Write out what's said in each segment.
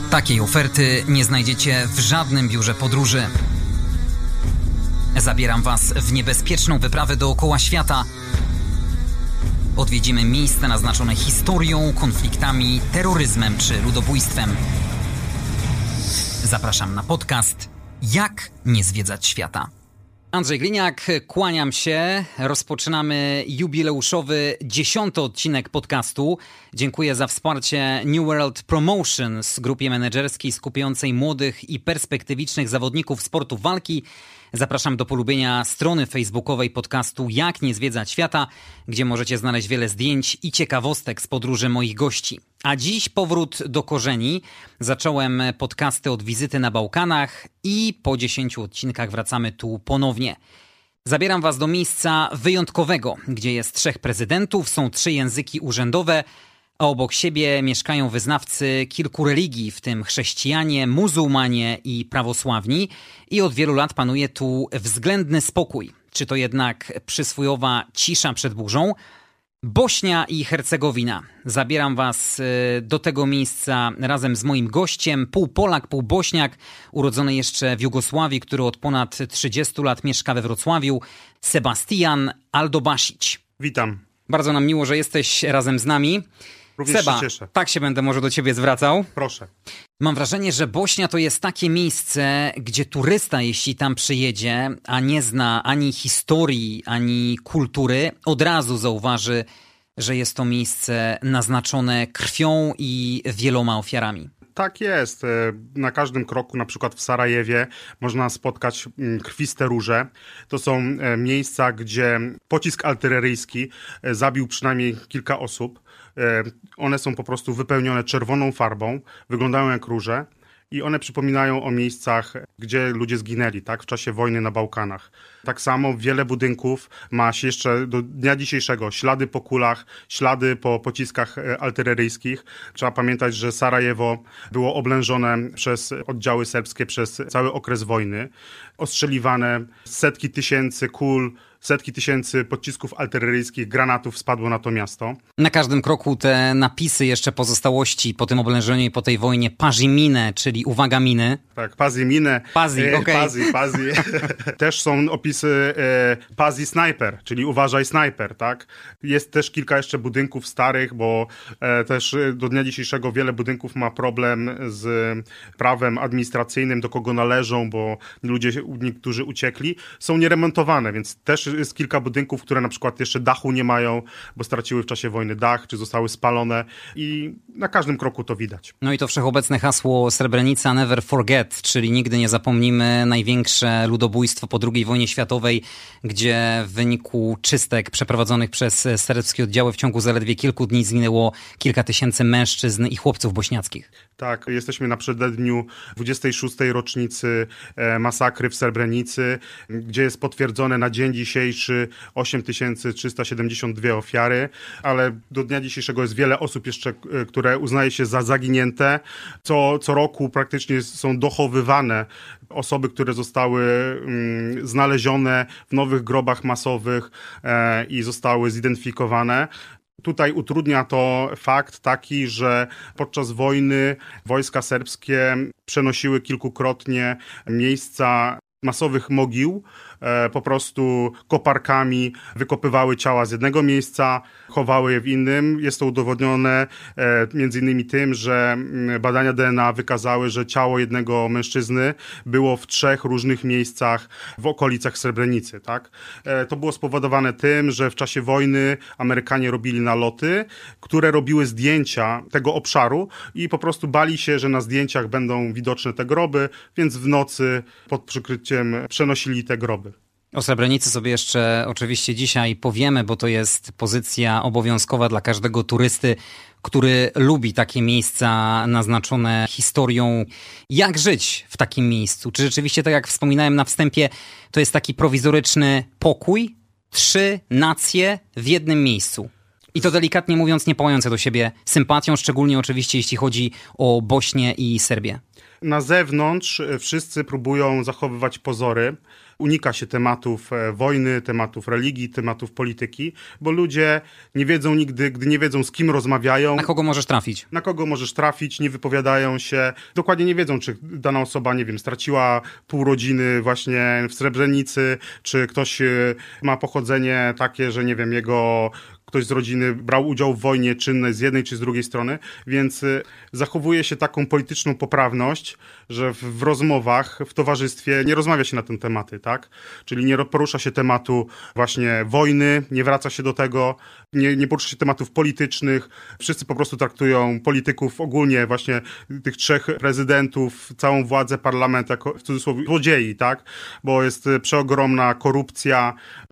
Takiej oferty nie znajdziecie w żadnym biurze podróży. Zabieram Was w niebezpieczną wyprawę dookoła świata. Odwiedzimy miejsca naznaczone historią, konfliktami, terroryzmem czy ludobójstwem. Zapraszam na podcast Jak nie zwiedzać świata. Andrzej Gliniak, kłaniam się. Rozpoczynamy jubileuszowy 10. odcinek podcastu. Dziękuję za wsparcie New World Promotions, grupie menedżerskiej skupiającej młodych i perspektywicznych zawodników sportów walki. Zapraszam do polubienia strony facebookowej podcastu Jak nie zwiedzać świata, gdzie możecie znaleźć wiele zdjęć i ciekawostek z podróży moich gości. A dziś powrót do korzeni. Zacząłem podcasty od wizyty na Bałkanach i po 10 odcinkach wracamy tu ponownie. Zabieram Was do miejsca wyjątkowego, gdzie jest 3 prezydentów, są 3 języki urzędowe, a obok siebie mieszkają wyznawcy kilku religii, w tym chrześcijanie, muzułmanie i prawosławni. I od wielu lat panuje tu względny spokój. Czy to jednak przysłowiowa cisza przed burzą? Bośnia i Hercegowina. Zabieram Was do tego miejsca razem z moim gościem, pół Polak, pół Bośniak, urodzony jeszcze w Jugosławii, który od ponad 30 lat mieszka we Wrocławiu, Sebastian Aldobasić. Witam. Bardzo nam miło, że jesteś razem z nami. Również Seba, się cieszę. tak się będę może do Ciebie zwracał. Proszę. Mam wrażenie, że Bośnia to jest takie miejsce, gdzie turysta, jeśli tam przyjedzie, a nie zna ani historii, ani kultury, od razu zauważy, że jest to miejsce naznaczone krwią i wieloma ofiarami. Tak jest. Na każdym kroku, na przykład w Sarajewie, można spotkać krwiste róże. To są miejsca, gdzie pocisk artyleryjski zabił przynajmniej kilka osób. One są po prostu wypełnione czerwoną farbą, wyglądają jak róże i one przypominają o miejscach, gdzie ludzie zginęli, tak, w czasie wojny na Bałkanach. Tak samo wiele budynków ma się jeszcze do dnia dzisiejszego ślady po kulach, ślady po pociskach artyleryjskich. Trzeba pamiętać, że Sarajewo było oblężone przez oddziały serbskie przez cały okres wojny. Ostrzeliwane setki tysięcy kul, setki tysięcy pocisków artyleryjskich, granatów spadło na to miasto. Na każdym kroku te napisy jeszcze pozostałości po tym oblężeniu i po tej wojnie Pazimine, czyli uwaga miny. Tak, Pazimine. Pazi. Też są opisy Pazi Sniper, czyli uważaj snajper, tak? Jest też kilka jeszcze budynków starych, bo też do dnia dzisiejszego wiele budynków ma problem z prawem administracyjnym, do kogo należą, bo niektórzy uciekli. Są nieremontowane, więc też jest kilka budynków, które na przykład jeszcze dachu nie mają, bo straciły w czasie wojny dach, czy zostały spalone i na każdym kroku to widać. No i to wszechobecne hasło Srebrenica Never Forget, czyli nigdy nie zapomnimy, największe ludobójstwo po II wojnie światowej, gdzie w wyniku czystek przeprowadzonych przez serbskie oddziały w ciągu zaledwie kilku dni zginęło kilka tysięcy mężczyzn i chłopców bośniackich. Tak, jesteśmy na przededniu 26. rocznicy masakry w Srebrenicy, gdzie jest potwierdzone na dzień dzisiejszy 8372 ofiary, ale do dnia dzisiejszego jest wiele osób jeszcze, które uznaje się za zaginięte. Co roku praktycznie są dochowywane osoby, które zostały znalezione w nowych grobach masowych i zostały zidentyfikowane. Tutaj utrudnia to fakt taki, że podczas wojny wojska serbskie przenosiły kilkukrotnie miejsca masowych mogił, po prostu koparkami wykopywały ciała z jednego miejsca, chowały je w innym. Jest to udowodnione między innymi tym, że badania DNA wykazały, że ciało jednego mężczyzny było w 3 różnych miejscach w okolicach Srebrenicy. Tak? To było spowodowane tym, że w czasie wojny Amerykanie robili naloty, które robiły zdjęcia tego obszaru i po prostu bali się, że na zdjęciach będą widoczne te groby, więc w nocy pod przykryciem przenosili te groby. O Srebrenicy sobie jeszcze oczywiście dzisiaj powiemy, bo to jest pozycja obowiązkowa dla każdego turysty, który lubi takie miejsca naznaczone historią. Jak żyć w takim miejscu? Czy rzeczywiście, tak jak wspominałem na wstępie, to jest taki prowizoryczny pokój? 3 nacje w jednym miejscu. I to delikatnie mówiąc nie pałające do siebie sympatią, szczególnie oczywiście jeśli chodzi o Bośnię i Serbię. Na zewnątrz wszyscy próbują zachowywać pozory. unika się tematów wojny, tematów religii, tematów polityki, bo ludzie nie wiedzą nigdy, gdy nie wiedzą, z kim rozmawiają. Na kogo możesz trafić? Na kogo możesz trafić, nie wypowiadają się. Dokładnie nie wiedzą, czy dana osoba, nie wiem, straciła pół rodziny właśnie w Srebrenicy, czy ktoś ma pochodzenie takie, że nie wiem, ktoś z rodziny brał udział w wojnie czynnej z jednej czy z drugiej strony, więc zachowuje się taką polityczną poprawność, że w rozmowach, w towarzystwie nie rozmawia się na te tematy, tak? Czyli nie porusza się tematu właśnie wojny, nie wraca się do tego, nie porusza się tematów politycznych. Wszyscy po prostu traktują polityków ogólnie, właśnie tych trzech prezydentów, całą władzę, parlament jako w cudzysłowie złodziei, tak? Bo jest przeogromna korupcja.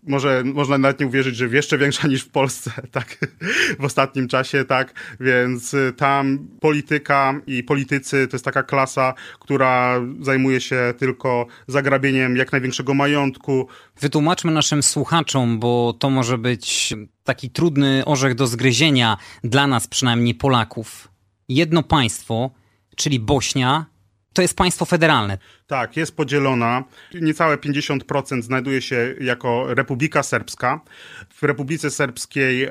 Można nawet nie uwierzyć, że jeszcze większa niż w Polsce, tak? W ostatnim czasie, tak? Więc tam polityka i politycy to jest taka klasa, która zajmuje się tylko zagrabieniem jak największego majątku. Wytłumaczmy naszym słuchaczom, bo to może być taki trudny orzech do zgryzienia dla nas, przynajmniej Polaków. Jedno państwo, czyli Bośnia, to jest państwo federalne. Tak, jest podzielona. Niecałe 50% znajduje się jako Republika Serbska. W Republice Serbskiej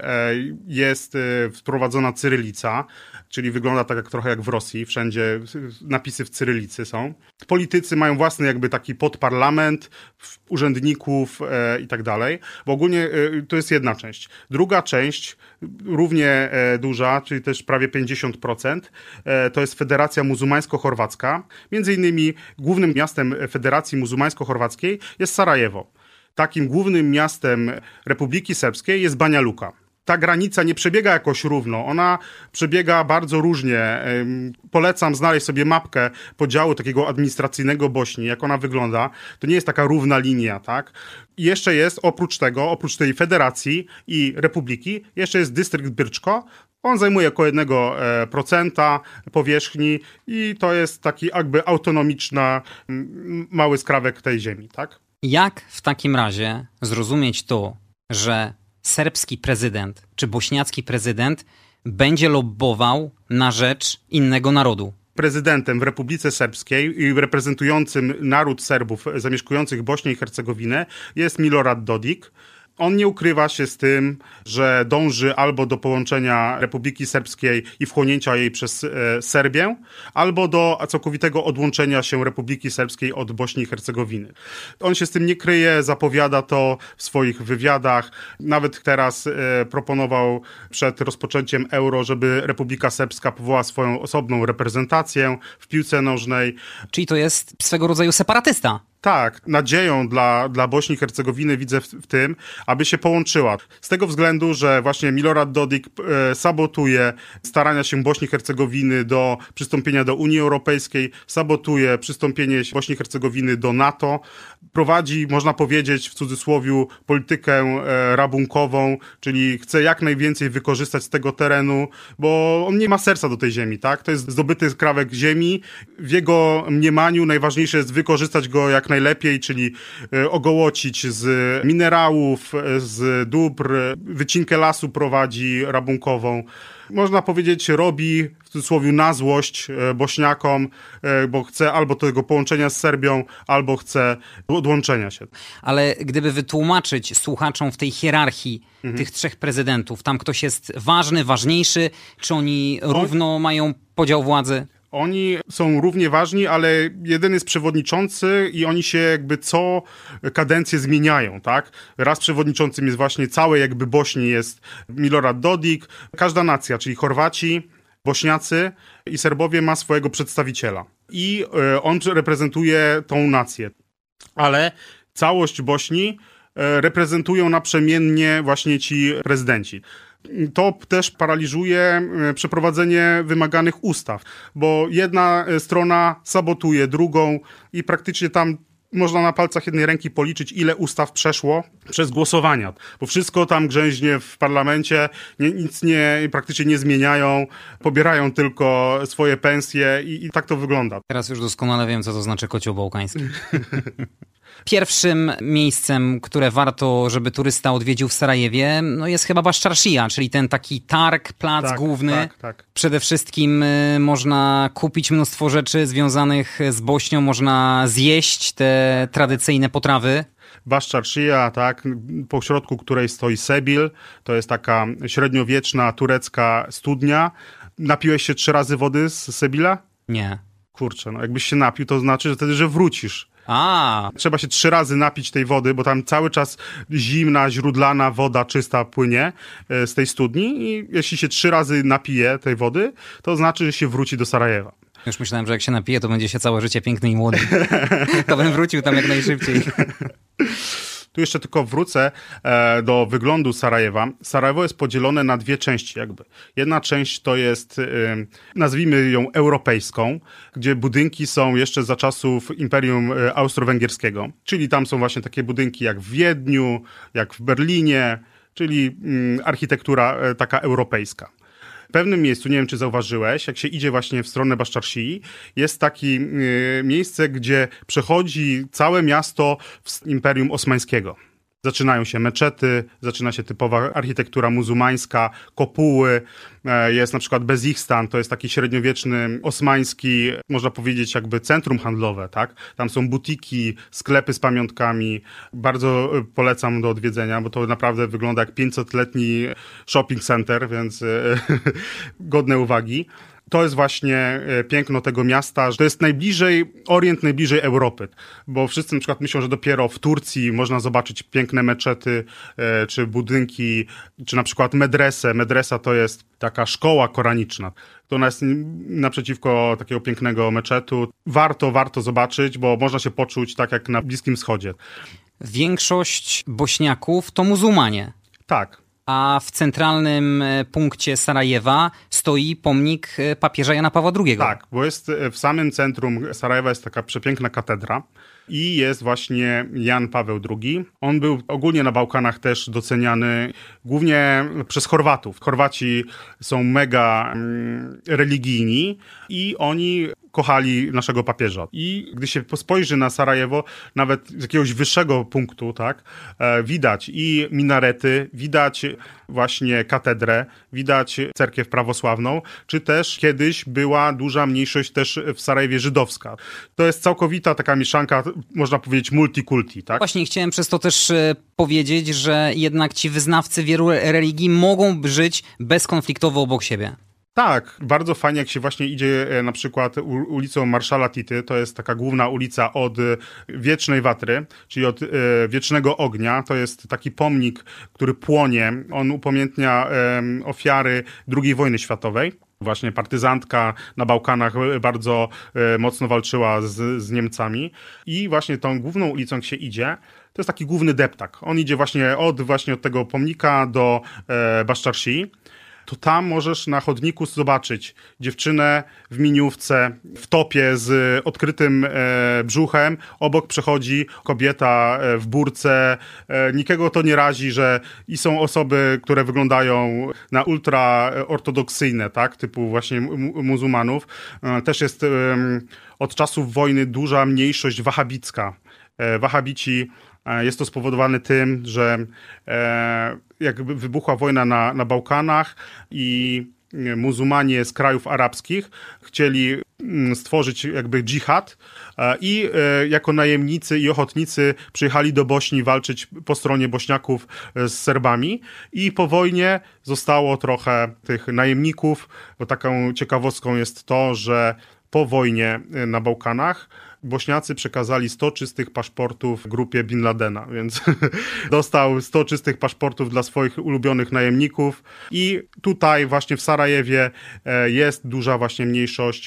jest wprowadzona cyrylica, czyli wygląda tak trochę jak w Rosji. Wszędzie napisy w cyrylicy są. Politycy mają własny jakby taki podparlament, urzędników i tak dalej. Bo ogólnie to jest jedna część. Druga część, równie duża, czyli też prawie 50%, to jest Federacja Muzułmańsko-Chorwacka. Między innymi głównym miastem Federacji Muzułmańsko-Chorwackiej jest Sarajewo. Takim głównym miastem Republiki Serbskiej jest Banja Luka. Ta granica nie przebiega jakoś równo, ona przebiega bardzo różnie. Polecam znaleźć sobie mapkę podziału takiego administracyjnego Bośni, jak ona wygląda. To nie jest taka równa linia, tak? I jeszcze jest, oprócz tej federacji i republiki, jeszcze jest dystrykt Brčko. On zajmuje około 1% powierzchni i to jest taki jakby autonomiczny mały skrawek tej ziemi, tak? Jak w takim razie zrozumieć to, że serbski prezydent czy bośniacki prezydent będzie lobbował na rzecz innego narodu? Prezydentem w Republice Serbskiej i reprezentującym naród Serbów zamieszkujących Bośnię i Hercegowinę jest Milorad Dodik. On nie ukrywa się z tym, że dąży albo do połączenia Republiki Serbskiej i wchłonięcia jej przez Serbię, albo do całkowitego odłączenia się Republiki Serbskiej od Bośni i Hercegowiny. On się z tym nie kryje, zapowiada to w swoich wywiadach. Nawet teraz proponował przed rozpoczęciem Euro, żeby Republika Serbska powołała swoją osobną reprezentację w piłce nożnej. Czyli to jest swego rodzaju separatysta. Tak, nadzieją dla Bośni i Hercegowiny widzę w tym, aby się połączyła. Z tego względu, że właśnie Milorad Dodik sabotuje starania się Bośni i Hercegowiny do przystąpienia do Unii Europejskiej, sabotuje przystąpienie Bośni i Hercegowiny do NATO, prowadzi, można powiedzieć w cudzysłowiu, politykę rabunkową, czyli chce jak najwięcej wykorzystać z tego terenu, bo on nie ma serca do tej ziemi, tak? To jest zdobyty skrawek ziemi. W jego mniemaniu najważniejsze jest wykorzystać go jak najlepiej, czyli ogołocić z minerałów, z dóbr, wycinkę lasu prowadzi rabunkową. Można powiedzieć, robi w cudzysłowie na złość Bośniakom, bo chce albo tego połączenia z Serbią, albo chce odłączenia się. Ale gdyby wytłumaczyć słuchaczom w tej hierarchii tych trzech prezydentów, tam ktoś jest ważny, ważniejszy, czy oni równo mają podział władzy? Oni są równie ważni, ale jeden jest przewodniczący i oni się jakby co kadencję zmieniają, tak? Raz przewodniczącym jest właśnie całej jakby Bośni jest Milorad Dodik. Każda nacja, czyli Chorwaci, Bośniacy i Serbowie ma swojego przedstawiciela. I on reprezentuje tą nację. Ale całość Bośni reprezentują naprzemiennie właśnie ci prezydenci. To też paraliżuje przeprowadzenie wymaganych ustaw, bo jedna strona sabotuje drugą i praktycznie tam można na palcach jednej ręki policzyć, ile ustaw przeszło przez głosowania, bo wszystko tam grzęźnie w parlamencie, nic praktycznie nie zmieniają, pobierają tylko swoje pensje i tak to wygląda. Teraz już doskonale wiem, co to znaczy kocioł bałkański. Pierwszym miejscem, które warto, żeby turysta odwiedził w Sarajewie, no jest chyba Baszczarszija, czyli ten taki targ, plac główny. Tak. Przede wszystkim można kupić mnóstwo rzeczy związanych z Bośnią, można zjeść te tradycyjne potrawy. Baszczarszija, tak, po środku której stoi Sebil, to jest taka średniowieczna turecka studnia. Napiłeś się 3 razy wody z Sebila? Nie. Kurczę, no jakbyś się napił, to znaczy, że wtedy, że wrócisz. Trzeba się 3 razy napić tej wody, bo tam cały czas zimna, źródlana woda czysta płynie z tej studni i jeśli się 3 razy napije tej wody, to znaczy, że się wróci do Sarajewa. Już myślałem, że jak się napije, to będzie się całe życie piękny i młody. To bym wrócił tam jak najszybciej. Tu jeszcze tylko wrócę do wyglądu Sarajewa. Sarajewo jest podzielone na 2 części jakby. Jedna część to jest, nazwijmy ją europejską, gdzie budynki są jeszcze za czasów Imperium Austro-Węgierskiego. Czyli tam są właśnie takie budynki jak w Wiedniu, jak w Berlinie, czyli architektura taka europejska. W pewnym miejscu, nie wiem czy zauważyłeś, jak się idzie właśnie w stronę Baszczarszyi, jest takie miejsce, gdzie przechodzi całe miasto z Imperium Osmańskiego. Zaczynają się meczety, zaczyna się typowa architektura muzułmańska, kopuły, jest na przykład Bezichstan, to jest taki średniowieczny osmański, można powiedzieć jakby centrum handlowe, tak? Tam są butiki, sklepy z pamiątkami, bardzo polecam do odwiedzenia, bo to naprawdę wygląda jak 500-letni shopping center, więc godne uwagi. To jest właśnie piękno tego miasta, że to jest Orient najbliżej Europy, bo wszyscy na przykład myślą, że dopiero w Turcji można zobaczyć piękne meczety, czy budynki, czy na przykład medresę. Medresa to jest taka szkoła koraniczna. To ona jest naprzeciwko takiego pięknego meczetu. Warto zobaczyć, bo można się poczuć tak jak na Bliskim Wschodzie. Większość Bośniaków to muzułmanie. Tak. A w centralnym punkcie Sarajewa stoi pomnik papieża Jana Pawła II. Tak, bo jest w samym centrum Sarajewa jest taka przepiękna katedra i jest właśnie Jan Paweł II. On był ogólnie na Bałkanach też doceniany głównie przez Chorwatów. Chorwaci są mega religijni i oni kochali naszego papieża. I gdy się spojrzy na Sarajewo, nawet z jakiegoś wyższego punktu, tak, widać i minarety, widać właśnie katedrę, widać cerkiew prawosławną, czy też kiedyś była duża mniejszość też w Sarajewie żydowska. To jest całkowita taka mieszanka, można powiedzieć multikulti, tak? Właśnie chciałem przez to też powiedzieć, że jednak ci wyznawcy wielu religii mogą żyć bezkonfliktowo obok siebie. Tak, bardzo fajnie jak się właśnie idzie na przykład ulicą Marszala Tity, to jest taka główna ulica od Wiecznej Watry, czyli od Wiecznego Ognia, to jest taki pomnik, który płonie, on upamiętnia ofiary II wojny światowej. Właśnie partyzantka na Bałkanach bardzo mocno walczyła z Niemcami i właśnie tą główną ulicą jak się idzie, to jest taki główny deptak. On idzie właśnie od tego pomnika do Baszczarszyi. To tam możesz na chodniku zobaczyć dziewczynę w miniówce, w topie z odkrytym brzuchem. Obok przechodzi kobieta w burce. Nikogo to nie razi, że i są osoby, które wyglądają na ultraortodoksyjne, tak, typu właśnie muzułmanów. Też jest od czasów wojny duża mniejszość wahabicka. Wahabici, jest to spowodowane tym, że jakby wybuchła wojna na Bałkanach i muzułmanie z krajów arabskich chcieli stworzyć jakby dżihad i jako najemnicy i ochotnicy przyjechali do Bośni walczyć po stronie Bośniaków z Serbami i po wojnie zostało trochę tych najemników, bo taką ciekawostką jest to, że po wojnie na Bałkanach Bośniacy przekazali 100 czystych paszportów grupie Bin Ladena, więc dostał 100 czystych paszportów dla swoich ulubionych najemników i tutaj właśnie w Sarajewie jest duża właśnie mniejszość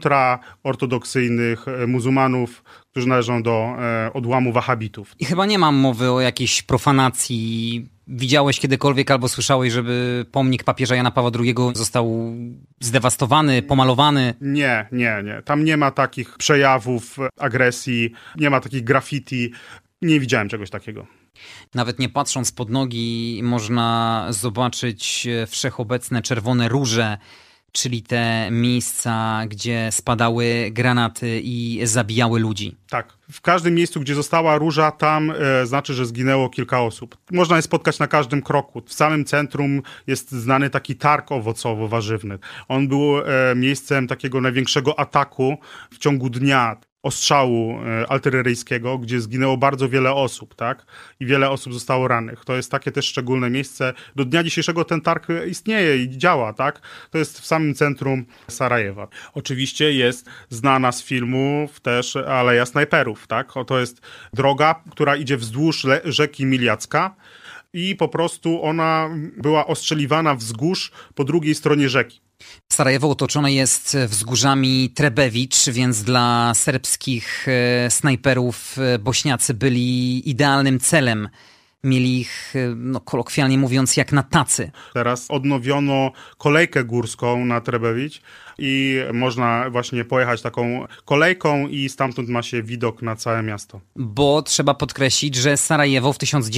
ultraortodoksyjnych muzułmanów, którzy należą do odłamu wahabitów. I chyba nie mam mowy o jakiejś profanacji. Widziałeś kiedykolwiek albo słyszałeś, żeby pomnik papieża Jana Pawła II został zdewastowany, pomalowany? Nie. Tam nie ma takich przejawów agresji, nie ma takich graffiti. Nie widziałem czegoś takiego. Nawet nie patrząc pod nogi można zobaczyć wszechobecne czerwone róże, czyli te miejsca, gdzie spadały granaty i zabijały ludzi. Tak. W każdym miejscu, gdzie została róża, tam znaczy, że zginęło kilka osób. Można je spotkać na każdym kroku. W samym centrum jest znany taki targ owocowo-warzywny. On był miejscem takiego największego ataku w ciągu dnia. ostrzału artyleryjskiego, gdzie zginęło bardzo wiele osób, tak? I wiele osób zostało rannych. To jest takie też szczególne miejsce. Do dnia dzisiejszego ten targ istnieje i działa, tak? To jest w samym centrum Sarajewa. Oczywiście jest znana z filmów też Aleja Snajperów, tak? To jest droga, która idzie wzdłuż rzeki Miljacka i po prostu ona była ostrzeliwana wzgórz po drugiej stronie rzeki. Sarajewo otoczone jest wzgórzami Trebewicz, więc dla serbskich snajperów Bośniacy byli idealnym celem. Mieli ich, kolokwialnie mówiąc, jak na tacy. Teraz odnowiono kolejkę górską na Trebewicz i można właśnie pojechać taką kolejką i stamtąd ma się widok na całe miasto. Bo trzeba podkreślić, że Sarajewo w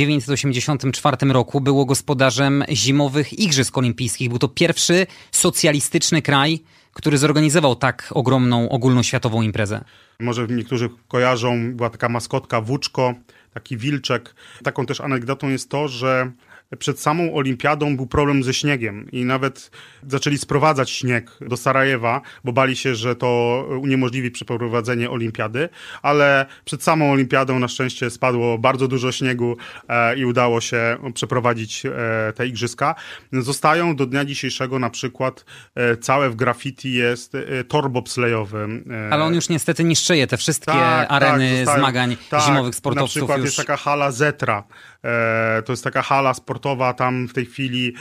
1984 roku było gospodarzem zimowych Igrzysk Olimpijskich. Był to pierwszy socjalistyczny kraj, który zorganizował tak ogromną, ogólnoświatową imprezę. Może niektórzy kojarzą, była taka maskotka Włóczko, taki wilczek. Taką też anegdotą jest to, że przed samą olimpiadą był problem ze śniegiem i nawet zaczęli sprowadzać śnieg do Sarajewa, bo bali się, że to uniemożliwi przeprowadzenie olimpiady, ale przed samą olimpiadą na szczęście spadło bardzo dużo śniegu i udało się przeprowadzić te igrzyska. Zostają do dnia dzisiejszego na przykład całe w graffiti jest tor bobslejowy. Ale on już niestety niszczyje te wszystkie areny zmagań zimowych sportowców. Na przykład jest taka hala Zetra. To jest taka hala sportowa, tam w tej chwili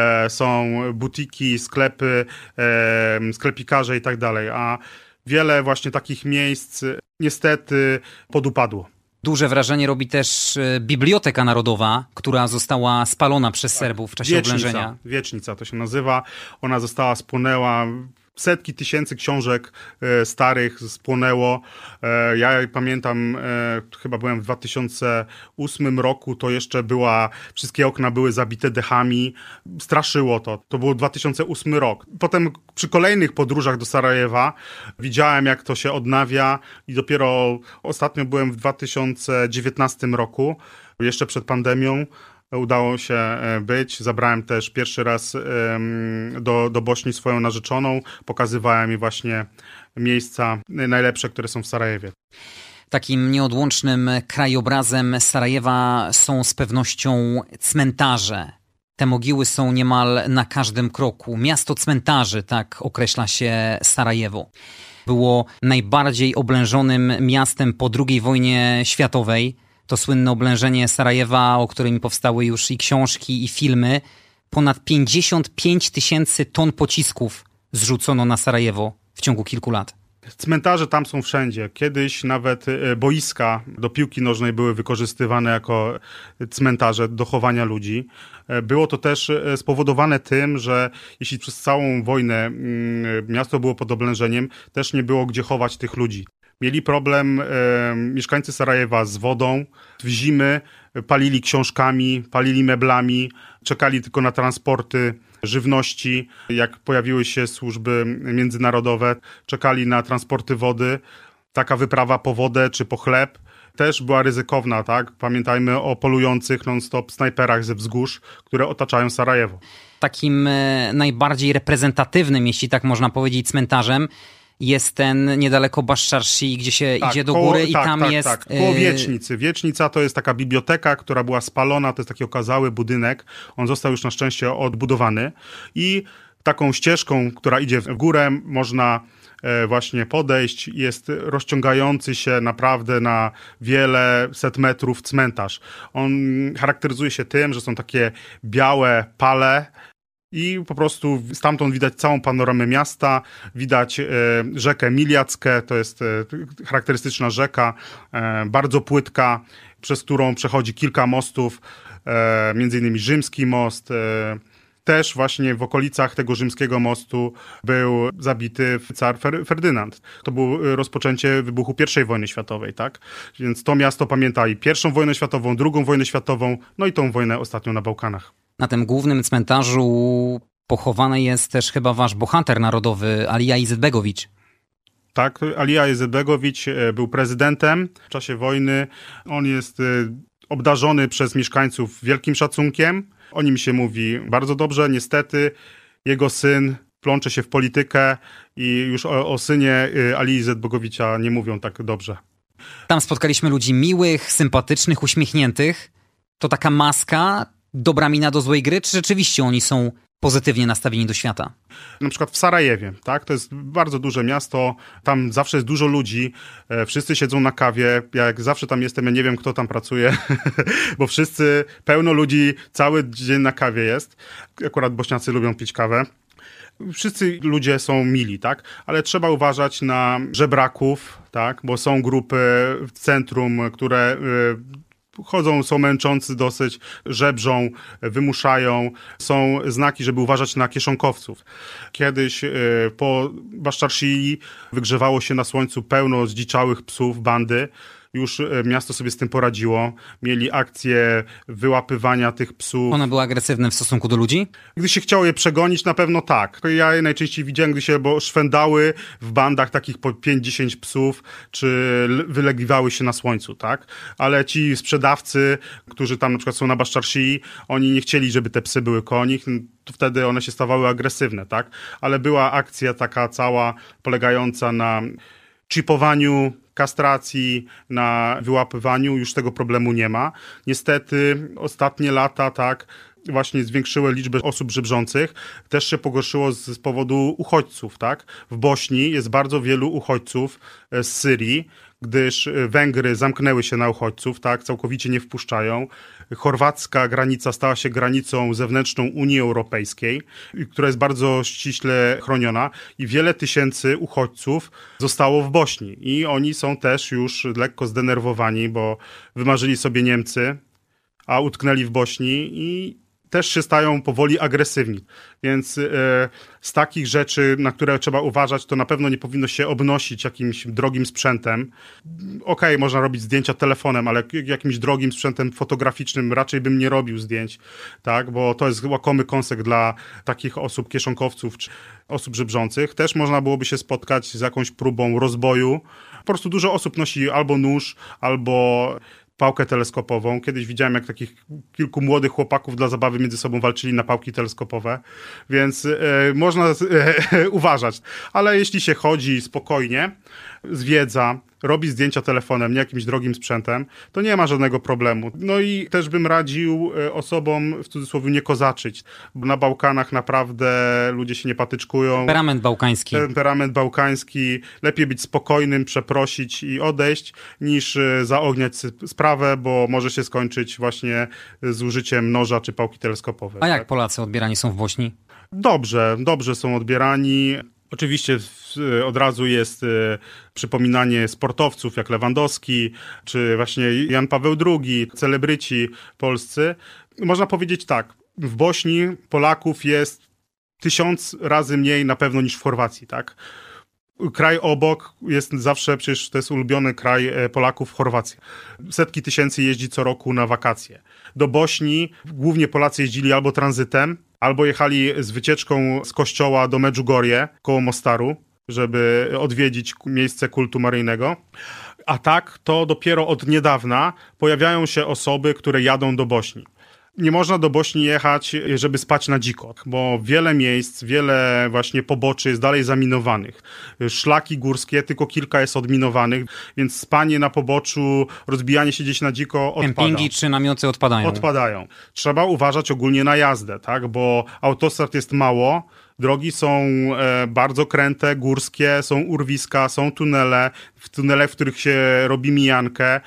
są butiki, sklepy, sklepikarze i tak dalej, a wiele właśnie takich miejsc niestety podupadło. Duże wrażenie robi też Biblioteka Narodowa, która została spalona przez Serbów w czasie oblężenia. Wiecznica to się nazywa. Ona spłonęła. Setki tysięcy książek starych spłonęło. Ja pamiętam, chyba byłem w 2008 roku, to jeszcze wszystkie okna były zabite dechami. Straszyło to. To był 2008 rok. Potem przy kolejnych podróżach do Sarajewa widziałem, jak to się odnawia i dopiero ostatnio byłem w 2019 roku, jeszcze przed pandemią. Udało się być. Zabrałem też pierwszy raz do Bośni swoją narzeczoną. Pokazywałem jej właśnie miejsca najlepsze, które są w Sarajewie. Takim nieodłącznym krajobrazem Sarajewa są z pewnością cmentarze. Te mogiły są niemal na każdym kroku. Miasto cmentarzy, tak określa się Sarajewo. Było najbardziej oblężonym miastem po II wojnie światowej. To słynne oblężenie Sarajewa, o którym powstały już i książki, i filmy. Ponad 55 000 ton pocisków zrzucono na Sarajewo w ciągu kilku lat. Cmentarze tam są wszędzie. Kiedyś nawet boiska do piłki nożnej były wykorzystywane jako cmentarze do chowania ludzi. Było to też spowodowane tym, że jeśli przez całą wojnę miasto było pod oblężeniem, też nie było gdzie chować tych ludzi. Mieli problem mieszkańcy Sarajewa z wodą. W zimy palili książkami, palili meblami, czekali tylko na transporty żywności. Jak pojawiły się służby międzynarodowe, czekali na transporty wody. Taka wyprawa po wodę czy po chleb też była ryzykowna, tak? Pamiętajmy o polujących non-stop snajperach ze wzgórz, które otaczają Sarajewo. Takim najbardziej reprezentatywnym, jeśli tak można powiedzieć, cmentarzem jest ten niedaleko Baszczarsi, gdzie się idzie do góry i tam jest... Tak, koło Wiecznicy. Wiecznica to jest taka biblioteka, która była spalona, to jest taki okazały budynek. On został już na szczęście odbudowany i taką ścieżką, która idzie w górę, można właśnie podejść. Jest rozciągający się naprawdę na wiele set metrów cmentarz. On charakteryzuje się tym, że są takie białe pale, i po prostu stamtąd widać całą panoramę miasta, widać rzekę Miljackę, to jest charakterystyczna rzeka, bardzo płytka, przez którą przechodzi kilka mostów, między innymi Rzymski most. Też właśnie w okolicach tego rzymskiego mostu był zabity car Ferdynand. To było rozpoczęcie wybuchu I wojny światowej, tak? Więc to miasto pamięta i I wojnę światową, II wojnę światową, no i tą wojnę ostatnią na Bałkanach. Na tym głównym cmentarzu pochowany jest też chyba wasz bohater narodowy, Alija Izetbegović. Tak, Alija Izetbegović był prezydentem w czasie wojny. On jest obdarzony przez mieszkańców wielkim szacunkiem. O nim się mówi bardzo dobrze. Niestety jego syn plącze się w politykę i już o synie Alii Izetbogowicza nie mówią tak dobrze. Tam spotkaliśmy ludzi miłych, sympatycznych, uśmiechniętych. To taka maska, dobra mina do złej gry, czy rzeczywiście oni są pozytywnie nastawieni do świata? Na przykład w Sarajewie, tak? To jest bardzo duże miasto, tam zawsze jest dużo ludzi, wszyscy siedzą na kawie, ja jak zawsze tam jestem, ja nie wiem, kto tam pracuje, bo pełno ludzi cały dzień na kawie jest. Akurat Bośniacy lubią pić kawę. Wszyscy ludzie są mili, tak? Ale trzeba uważać na żebraków, tak? Bo są grupy w centrum, które chodzą, są męczący dosyć, żebrzą, wymuszają. Są znaki, żeby uważać na kieszonkowców. Kiedyś po Baszczarszyi wygrzewało się na słońcu pełno zdziczałych psów, bandy. Już miasto sobie z tym poradziło. Mieli akcję wyłapywania tych psów. One były agresywne w stosunku do ludzi? Gdy się chciało je przegonić, na pewno tak. Ja je najczęściej widziałem, gdy się szwędały w bandach takich po 5-10 psów, czy wylegiwały się na słońcu, tak? Ale ci sprzedawcy, którzy tam na przykład są na Baszczarszyi, oni nie chcieli, żeby te psy były koło nich, to wtedy one się stawały agresywne, tak? Ale była akcja taka cała polegająca na chipowaniu, kastracji, na wyłapywaniu, już tego problemu nie ma. Niestety ostatnie lata, tak, właśnie zwiększyły liczbę osób żebrzących, też się pogorszyło z powodu uchodźców, tak. W Bośni jest bardzo wielu uchodźców z Syrii, gdyż Węgry zamknęły się na uchodźców, tak, całkowicie nie wpuszczają. Chorwacka granica stała się granicą zewnętrzną Unii Europejskiej, która jest bardzo ściśle chroniona i wiele tysięcy uchodźców zostało w Bośni i oni są też już lekko zdenerwowani, bo wymarzyli sobie Niemcy, a utknęli w Bośni i też się stają powoli agresywni. Więc z takich rzeczy, na które trzeba uważać, to na pewno nie powinno się obnosić jakimś drogim sprzętem. Okej, można robić zdjęcia telefonem, ale jakimś drogim sprzętem fotograficznym raczej bym nie robił zdjęć, tak? Bo to jest łakomy kąsek dla takich osób, kieszonkowców czy osób żebrzących. Też można byłoby się spotkać z jakąś próbą rozboju. Po prostu dużo osób nosi albo nóż, albo pałkę teleskopową. Kiedyś widziałem, jak takich kilku młodych chłopaków dla zabawy między sobą walczyli na pałki teleskopowe, więc można uważać. Ale jeśli się chodzi spokojnie, zwiedza, robi zdjęcia telefonem, nie jakimś drogim sprzętem, to nie ma żadnego problemu. No i też bym radził osobom, w cudzysłowie, nie kozaczyć, bo na Bałkanach naprawdę ludzie się nie patyczkują. Temperament bałkański. Lepiej być spokojnym, przeprosić i odejść, niż zaogniać sprawę, bo może się skończyć właśnie z użyciem noża czy pałki teleskopowej. A jak Polacy odbierani są w Bośni? Dobrze są odbierani. Oczywiście od razu jest przypominanie sportowców jak Lewandowski, czy właśnie Jan Paweł II, celebryci polscy. Można powiedzieć tak, w Bośni Polaków jest 1000 razy mniej na pewno niż w Chorwacji, tak? Kraj obok jest zawsze, przecież to jest ulubiony kraj Polaków, Chorwacja. Setki tysięcy jeździ co roku na wakacje. Do Bośni głównie Polacy jeździli albo tranzytem, albo jechali z wycieczką z kościoła do Medjugorje koło Mostaru, żeby odwiedzić miejsce kultu maryjnego. A tak to dopiero od niedawna pojawiają się osoby, które jadą do Bośni. Nie można do Bośni jechać, żeby spać na dziko, bo wiele miejsc, wiele właśnie poboczy jest dalej zaminowanych. Szlaki górskie, tylko kilka jest odminowanych, więc spanie na poboczu, rozbijanie się gdzieś na dziko odpada. Kempingi czy namioty odpadają. Trzeba uważać ogólnie na jazdę, tak? Bo autostrad jest mało, drogi są bardzo kręte, górskie, są urwiska, są tunele, w których się robi mijankę,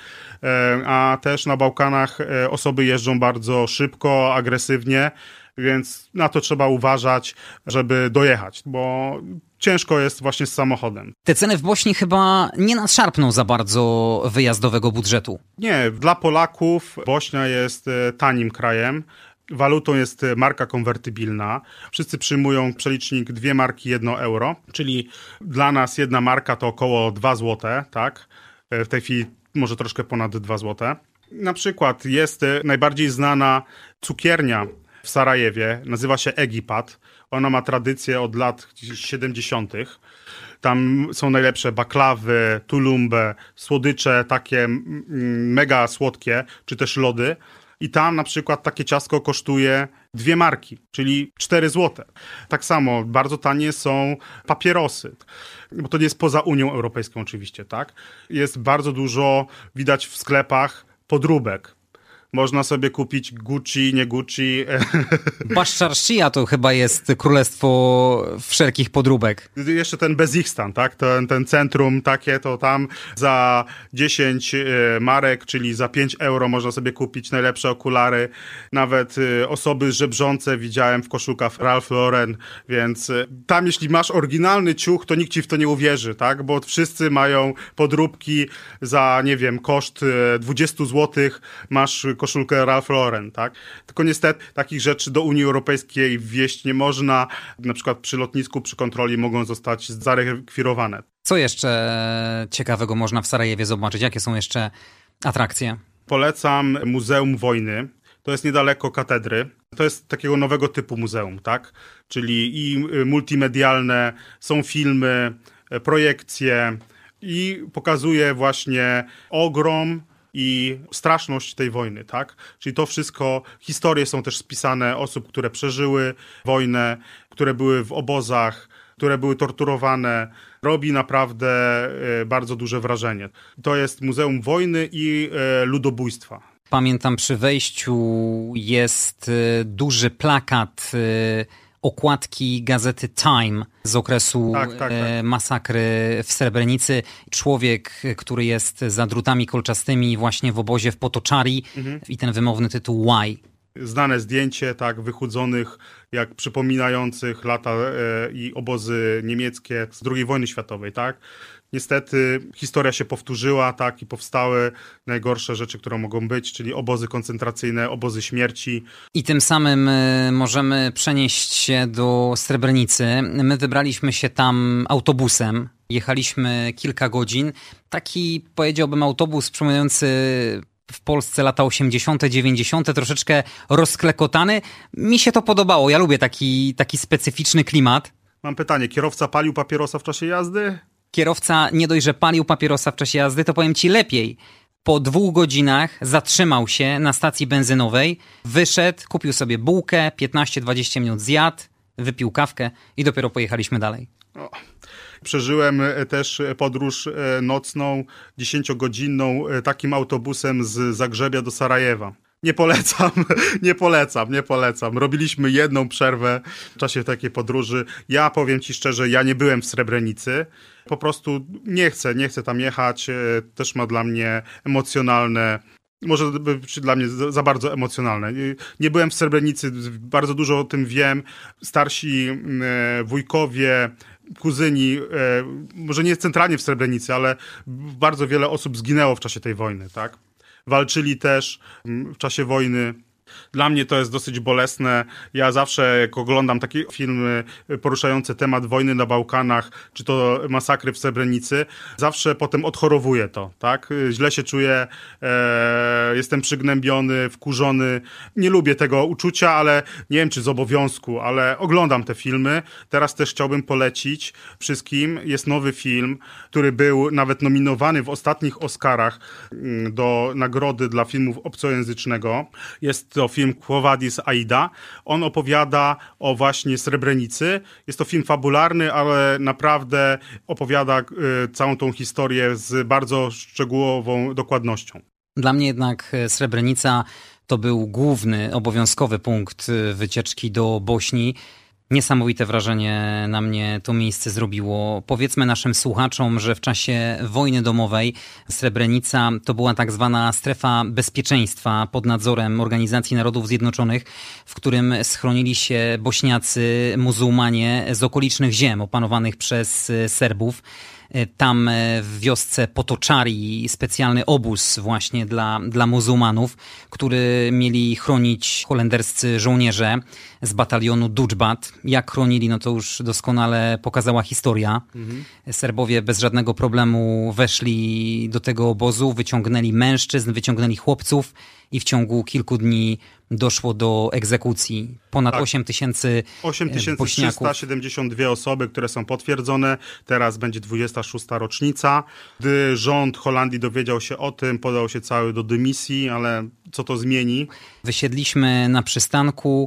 a też na Bałkanach osoby jeżdżą bardzo szybko, agresywnie, więc na to trzeba uważać, żeby dojechać, bo ciężko jest właśnie z samochodem. Te ceny w Bośni chyba nie nadszarpną za bardzo wyjazdowego budżetu. Nie, dla Polaków Bośnia jest tanim krajem. Walutą jest marka konwertybilna. Wszyscy przyjmują przelicznik 2 marki 1 euro, czyli dla nas 1 marka to około 2 zł, tak? W tej chwili może troszkę ponad 2 zł. Na przykład jest najbardziej znana cukiernia w Sarajewie, nazywa się Egipat. Ona ma tradycję od lat 70. Tam są najlepsze baklawy, tulumbe, słodycze takie mega słodkie, czy też lody. I tam na przykład takie ciastko kosztuje 2 marki, czyli 4 zł. Tak samo bardzo tanie są papierosy, bo to nie jest poza Unią Europejską oczywiście, tak? Jest bardzo dużo, widać w sklepach, podróbek. Można sobie kupić Gucci, nie Gucci. Bashar Shia to chyba jest królestwo wszelkich podróbek. Jeszcze ten Bezichstan, tak? Ten centrum takie, to tam za 10 marek, czyli za 5 euro można sobie kupić najlepsze okulary. Nawet osoby żebrzące widziałem w koszulkach Ralph Lauren, więc tam jeśli masz oryginalny ciuch, to nikt ci w to nie uwierzy, tak? Bo wszyscy mają podróbki za, nie wiem, koszt 20 zł, masz koszulkę Ralph Lauren, tak? Tylko niestety takich rzeczy do Unii Europejskiej wwieźć nie można. Na przykład przy lotnisku, przy kontroli mogą zostać zarekwirowane. Co jeszcze ciekawego można w Sarajewie zobaczyć? Jakie są jeszcze atrakcje? Polecam Muzeum Wojny. To jest niedaleko katedry. To jest takiego nowego typu muzeum, tak? Czyli i multimedialne, są filmy, projekcje i pokazuje właśnie ogrom i straszność tej wojny, tak? Czyli to wszystko, historie są też spisane osób, które przeżyły wojnę, które były w obozach, które były torturowane. Robi naprawdę bardzo duże wrażenie. To jest Muzeum Wojny i Ludobójstwa. Pamiętam, przy wejściu jest duży plakat okładki gazety Time z okresu tak. masakry w Srebrenicy. Człowiek, który jest za drutami kolczastymi właśnie w obozie w Potoczari i ten wymowny tytuł Why. Znane zdjęcie, tak, wychudzonych, jak przypominających lata i obozy niemieckie z II wojny światowej, tak. Niestety historia się powtórzyła, tak, i powstały najgorsze rzeczy, które mogą być, czyli obozy koncentracyjne, obozy śmierci. I tym samym możemy przenieść się do Srebrenicy. My wybraliśmy się tam autobusem. Jechaliśmy kilka godzin. Taki, powiedziałbym, autobus przypominający w Polsce lata 80., 90., troszeczkę rozklekotany. Mi się to podobało. Ja lubię taki specyficzny klimat. Mam pytanie, kierowca palił papierosa w czasie jazdy? Kierowca nie dość, że palił papierosa w czasie jazdy, to powiem ci lepiej. Po 2 godzinach zatrzymał się na stacji benzynowej, wyszedł, kupił sobie bułkę, 15-20 minut zjadł, wypił kawkę i dopiero pojechaliśmy dalej. Przeżyłem też podróż nocną, 10-godzinną, takim autobusem z Zagrzebia do Sarajewa. Nie polecam. Robiliśmy jedną przerwę w czasie takiej podróży. Ja powiem ci szczerze, ja nie byłem w Srebrenicy. Po prostu nie chcę tam jechać. Też ma dla mnie emocjonalne, może być dla mnie za bardzo emocjonalne. Nie byłem w Srebrenicy, bardzo dużo o tym wiem. Starsi wujkowie, kuzyni, może nie centralnie w Srebrenicy, ale bardzo wiele osób zginęło w czasie tej wojny, tak? Walczyli też w czasie wojny. Dla mnie to jest dosyć bolesne. Ja zawsze, jak oglądam takie filmy poruszające temat wojny na Bałkanach, czy to masakry w Srebrenicy, zawsze potem odchorowuję to, tak? Źle się czuję, jestem przygnębiony, wkurzony. Nie lubię tego uczucia, ale nie wiem, czy z obowiązku, ale oglądam te filmy. Teraz też chciałbym polecić wszystkim. Jest nowy film, który był nawet nominowany w ostatnich Oscarach do nagrody dla filmów obcojęzycznego. Jest to film Quo Vadis Aida. On opowiada o właśnie Srebrenicy. Jest to film fabularny, ale naprawdę opowiada całą tą historię z bardzo szczegółową dokładnością. Dla mnie jednak Srebrenica to był główny, obowiązkowy punkt wycieczki do Bośni. Niesamowite wrażenie na mnie to miejsce zrobiło. Powiedzmy naszym słuchaczom, że w czasie wojny domowej Srebrenica to była tak zwana strefa bezpieczeństwa pod nadzorem Organizacji Narodów Zjednoczonych, w którym schronili się Bośniacy, muzułmanie z okolicznych ziem opanowanych przez Serbów. Tam w wiosce Potoczari specjalny obóz właśnie dla muzułmanów, który mieli chronić holenderscy żołnierze z batalionu Dudžbat. Jak chronili, no to już doskonale pokazała historia. Serbowie bez żadnego problemu weszli do tego obozu, wyciągnęli mężczyzn, wyciągnęli chłopców i w ciągu kilku dni doszło do egzekucji. Ponad 8 tysięcy Bośniaków. 8372 osoby, które są potwierdzone. Teraz będzie 26. rocznica. Gdy rząd Holandii dowiedział się o tym, podał się cały do dymisji, ale co to zmieni? Wysiedliśmy na przystanku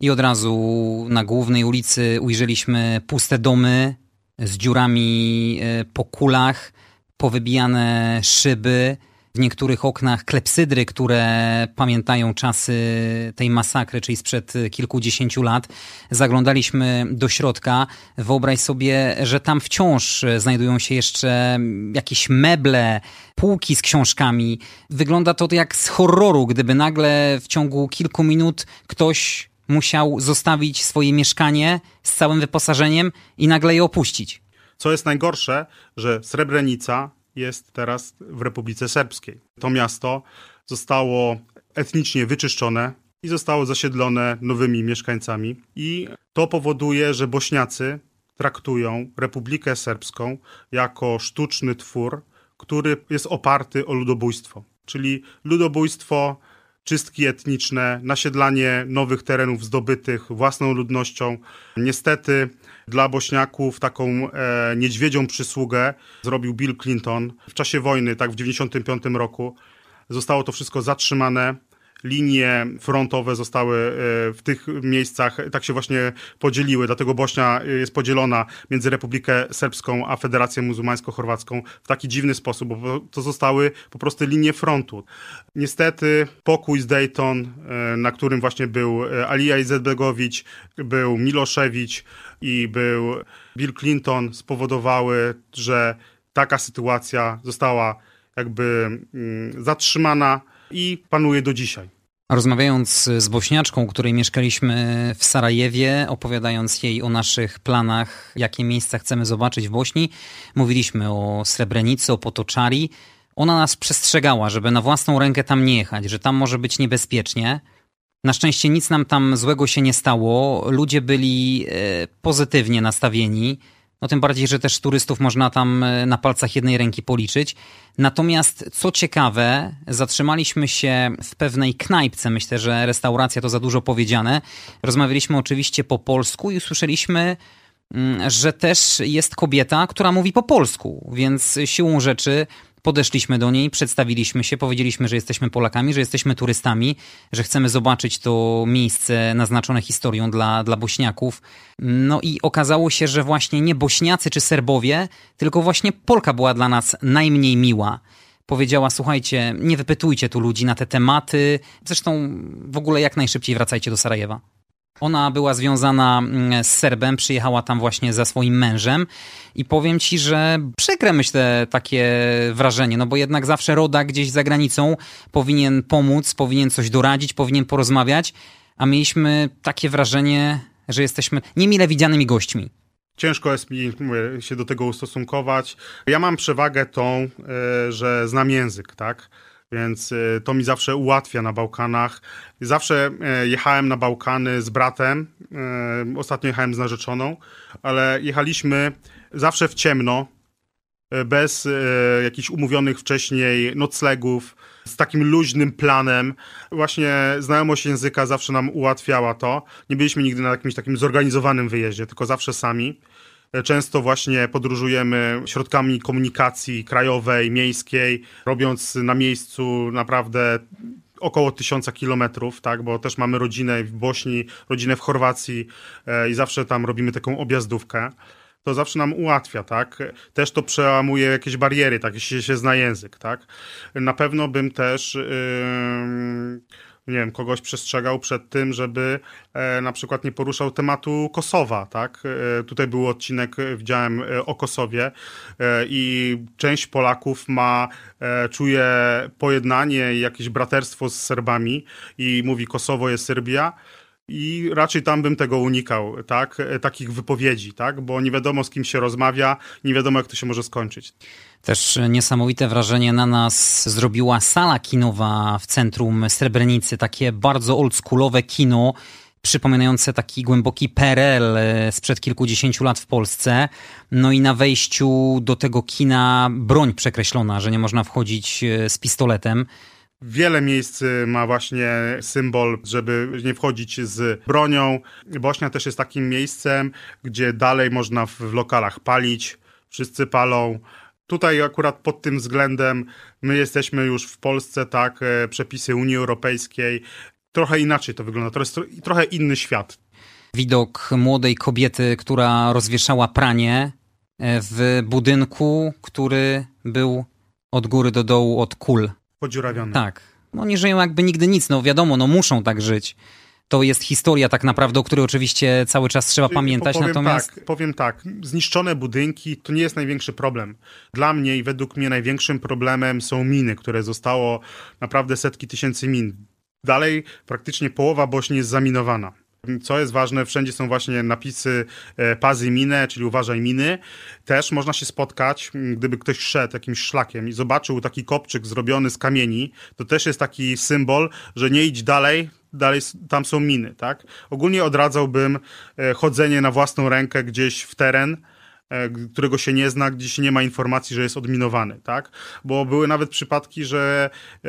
i od razu na głównej ulicy ujrzeliśmy puste domy z dziurami po kulach, powybijane szyby, w niektórych oknach klepsydry, które pamiętają czasy tej masakry, czyli sprzed kilkudziesięciu lat. Zaglądaliśmy do środka. Wyobraź sobie, że tam wciąż znajdują się jeszcze jakieś meble, półki z książkami. Wygląda to jak z horroru, gdyby nagle w ciągu kilku minut ktoś musiał zostawić swoje mieszkanie z całym wyposażeniem i nagle je opuścić. Co jest najgorsze, że Srebrenica jest teraz w Republice Serbskiej. To miasto zostało etnicznie wyczyszczone i zostało zasiedlone nowymi mieszkańcami. I to powoduje, że Bośniacy traktują Republikę Serbską jako sztuczny twór, który jest oparty o ludobójstwo. Czyli ludobójstwo, czystki etniczne, nasiedlanie nowych terenów zdobytych własną ludnością. Niestety dla Bośniaków taką niedźwiedzią przysługę zrobił Bill Clinton w czasie wojny, tak w 1995 roku. Zostało to wszystko zatrzymane. Linie frontowe zostały w tych miejscach, tak się właśnie podzieliły, dlatego Bośnia jest podzielona między Republikę Serbską a Federację Muzułmańsko-Chorwacką w taki dziwny sposób, bo to zostały po prostu linie frontu. Niestety pokój z Dayton, na którym właśnie był Alija Izetbegović, był Milošević i był Bill Clinton, spowodowały, że taka sytuacja została jakby zatrzymana i panuje do dzisiaj. Rozmawiając z Bośniaczką, której mieszkaliśmy w Sarajewie, opowiadając jej o naszych planach, jakie miejsca chcemy zobaczyć w Bośni, mówiliśmy o Srebrenicy, o Potoczari. Ona nas przestrzegała, żeby na własną rękę tam nie jechać, że tam może być niebezpiecznie. Na szczęście nic nam tam złego się nie stało. Ludzie byli pozytywnie nastawieni. No tym bardziej, że też turystów można tam na palcach jednej ręki policzyć. Natomiast co ciekawe, zatrzymaliśmy się w pewnej knajpce. Myślę, że restauracja to za dużo powiedziane. Rozmawialiśmy oczywiście po polsku i usłyszeliśmy, że też jest kobieta, która mówi po polsku. Więc siłą rzeczy podeszliśmy do niej, przedstawiliśmy się, powiedzieliśmy, że jesteśmy Polakami, że jesteśmy turystami, że chcemy zobaczyć to miejsce naznaczone historią dla Bośniaków. No i okazało się, że właśnie nie Bośniacy czy Serbowie, tylko właśnie Polka była dla nas najmniej miła. Powiedziała, słuchajcie, nie wypytujcie tu ludzi na te tematy, zresztą w ogóle jak najszybciej wracajcie do Sarajewa. Ona była związana z Serbem, przyjechała tam właśnie za swoim mężem i powiem ci, że przykre, myślę, takie wrażenie, no bo jednak zawsze rodak gdzieś za granicą powinien pomóc, powinien coś doradzić, powinien porozmawiać, a mieliśmy takie wrażenie, że jesteśmy niemile widzianymi gośćmi. Ciężko jest mi się do tego ustosunkować. Ja mam przewagę tą, że znam język, tak? Więc to mi zawsze ułatwia na Bałkanach. Zawsze jechałem na Bałkany z bratem, ostatnio jechałem z narzeczoną, ale jechaliśmy zawsze w ciemno, bez jakichś umówionych wcześniej noclegów, z takim luźnym planem. Właśnie znajomość języka zawsze nam ułatwiała to. Nie byliśmy nigdy na jakimś takim zorganizowanym wyjeździe, tylko zawsze sami. Często właśnie podróżujemy środkami komunikacji krajowej, miejskiej, robiąc na miejscu naprawdę około 1000 kilometrów, tak, bo też mamy rodzinę w Bośni, rodzinę w Chorwacji i zawsze tam robimy taką objazdówkę. To zawsze nam ułatwia, tak? Też to przełamuje jakieś bariery, tak, jeśli się zna język, tak? Na pewno bym też nie wiem, kogoś przestrzegał przed tym, żeby na przykład nie poruszał tematu Kosowa, tak? Tutaj był odcinek, widziałem, o Kosowie i część Polaków czuje pojednanie i jakieś braterstwo z Serbami i mówi Kosowo jest Serbia. I raczej tam bym tego unikał, tak? Takich wypowiedzi, tak? Bo nie wiadomo, z kim się rozmawia, nie wiadomo, jak to się może skończyć. Też niesamowite wrażenie na nas zrobiła sala kinowa w centrum Srebrenicy. Takie bardzo oldschoolowe kino, przypominające taki głęboki PRL sprzed kilkudziesięciu lat w Polsce. No i na wejściu do tego kina broń przekreślona, że nie można wchodzić z pistoletem. Wiele miejsc ma właśnie symbol, żeby nie wchodzić z bronią. Bośnia też jest takim miejscem, gdzie dalej można w lokalach palić. Wszyscy palą. Tutaj akurat pod tym względem my jesteśmy już w Polsce, tak, przepisy Unii Europejskiej. trochę inaczej to wygląda. To jest trochę inny świat. Widok młodej kobiety, która rozwieszała pranie w budynku, który był od góry do dołu od kul. Podziurawiony. Tak. Oni żyją jakby nigdy nic, wiadomo, muszą tak żyć. To jest historia tak naprawdę, o której oczywiście cały czas trzeba pamiętać, natomiast... Powiem tak, zniszczone budynki to nie jest największy problem. Dla mnie i według mnie największym problemem są miny, które zostało naprawdę setki tysięcy min. Dalej praktycznie połowa Bośni jest zaminowana. Co jest ważne, wszędzie są właśnie napisy pazy minę, czyli uważaj miny. Też można się spotkać, gdyby ktoś szedł jakimś szlakiem i zobaczył taki kopczyk zrobiony z kamieni, to też jest taki symbol, że nie idź dalej tam są miny, tak? Ogólnie odradzałbym chodzenie na własną rękę gdzieś w teren, którego się nie zna, gdzie się nie ma informacji, że jest odminowany, tak? Bo były nawet przypadki, że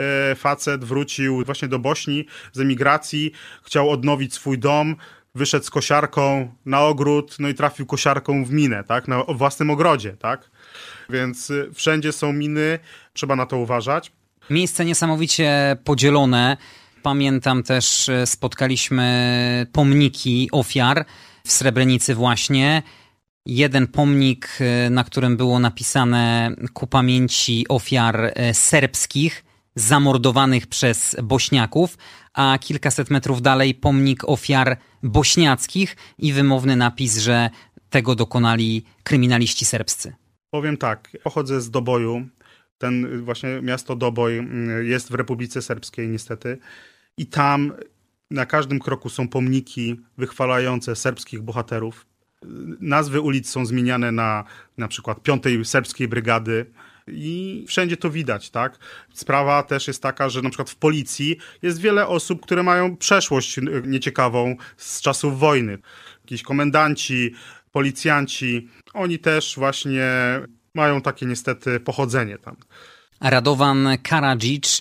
facet wrócił właśnie do Bośni z emigracji, chciał odnowić swój dom, wyszedł z kosiarką na ogród, no i trafił kosiarką w minę, tak? Na własnym ogrodzie, tak? Więc wszędzie są miny, trzeba na to uważać. Miejsce niesamowicie podzielone. Pamiętam też, spotkaliśmy pomniki ofiar w Srebrenicy właśnie. Jeden pomnik, na którym było napisane ku pamięci ofiar serbskich zamordowanych przez Bośniaków, a kilkaset metrów dalej pomnik ofiar bośniackich i wymowny napis, że tego dokonali kryminaliści serbscy. Powiem tak, pochodzę z Doboju. Ten właśnie miasto Doboj jest w Republice Serbskiej niestety. I tam na każdym kroku są pomniki wychwalające serbskich bohaterów. Nazwy ulic są zmieniane na przykład 5. Serbskiej Brygady i wszędzie to widać, tak? Sprawa też jest taka, że na przykład w policji jest wiele osób, które mają przeszłość nieciekawą z czasów wojny. Jakiś komendanci, policjanci, oni też właśnie mają takie niestety pochodzenie tam. Radovan Karadžić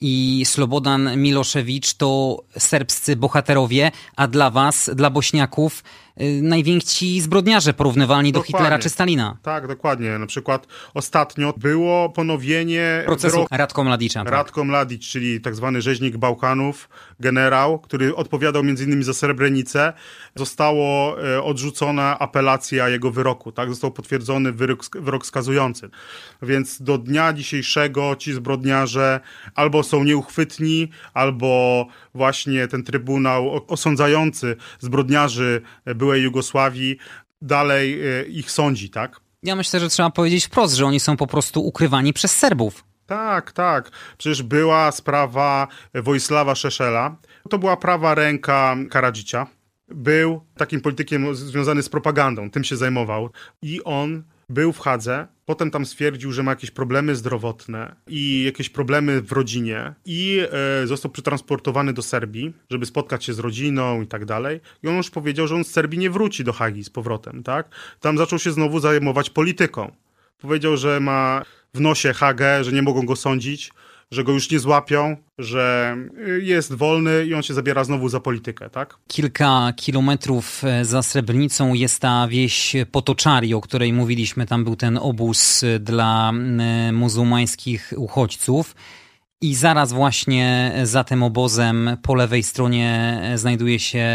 i Slobodan Milošević to serbscy bohaterowie, a dla was, dla Bośniaków, najwięksi zbrodniarze porównywalni do Hitlera czy Stalina. Tak, dokładnie. Na przykład ostatnio było ponowienie procesu Ratko Mladića. Tak. Ratko Mladić, czyli tak zwany rzeźnik Bałkanów, generał, który odpowiadał m.in. za Srebrenicę. Zostało odrzucona apelacja jego wyroku. Tak? Został potwierdzony wyrok skazujący. Więc do dnia dzisiejszego ci zbrodniarze albo są nieuchwytni, albo właśnie ten trybunał osądzający zbrodniarzy byłej Jugosławii dalej ich sądzi, tak? Ja myślę, że trzeba powiedzieć wprost, że oni są po prostu ukrywani przez Serbów. Tak, tak. Przecież była sprawa Wojsława Szeszela. To była prawa ręka Karadžića. Był takim politykiem związany z propagandą, tym się zajmował. I on był w Hadze, potem tam stwierdził, że ma jakieś problemy zdrowotne i jakieś problemy w rodzinie i został przetransportowany do Serbii, żeby spotkać się z rodziną i tak dalej. I on już powiedział, że on z Serbii nie wróci do Hagi z powrotem, tak? Tam zaczął się znowu zajmować polityką. Powiedział, że ma w nosie Hagę, że nie mogą go sądzić, że go już nie złapią, że jest wolny i on się zabiera znowu za politykę, tak? Kilka kilometrów za Srebrenicą jest ta wieś Potoczari, o której mówiliśmy. Tam był ten obóz dla muzułmańskich uchodźców. I zaraz właśnie za tym obozem po lewej stronie znajduje się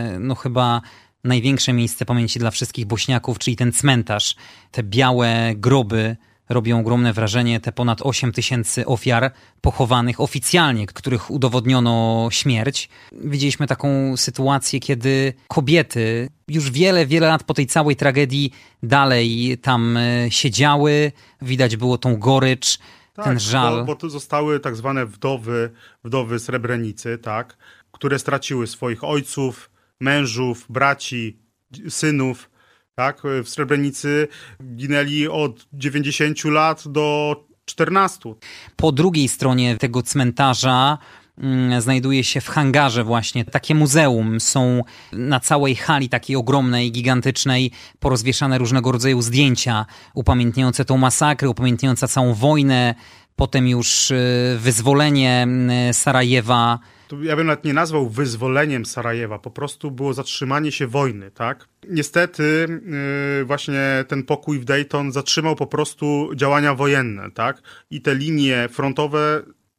chyba największe miejsce pamięci dla wszystkich Bośniaków, czyli ten cmentarz. Te białe groby robią ogromne wrażenie, te ponad 8 tysięcy ofiar pochowanych oficjalnie, których udowodniono śmierć. Widzieliśmy taką sytuację, kiedy kobiety już wiele, wiele lat po tej całej tragedii dalej tam siedziały. Widać było tą gorycz, ten żal. Bo to zostały tak zwane wdowy Srebrenicy, tak, które straciły swoich ojców, mężów, braci, synów. Tak, w Srebrenicy ginęli od 90 lat do 14. Po drugiej stronie tego cmentarza znajduje się w hangarze właśnie takie muzeum. Są na całej hali takiej ogromnej, gigantycznej porozwieszane różnego rodzaju zdjęcia upamiętniające tą masakrę, upamiętniające całą wojnę, potem już wyzwolenie Sarajewa. Ja bym nawet nie nazwał wyzwoleniem Sarajewa, po prostu było zatrzymanie się wojny, tak? Niestety właśnie ten pokój w Dayton zatrzymał po prostu działania wojenne, tak? I te linie frontowe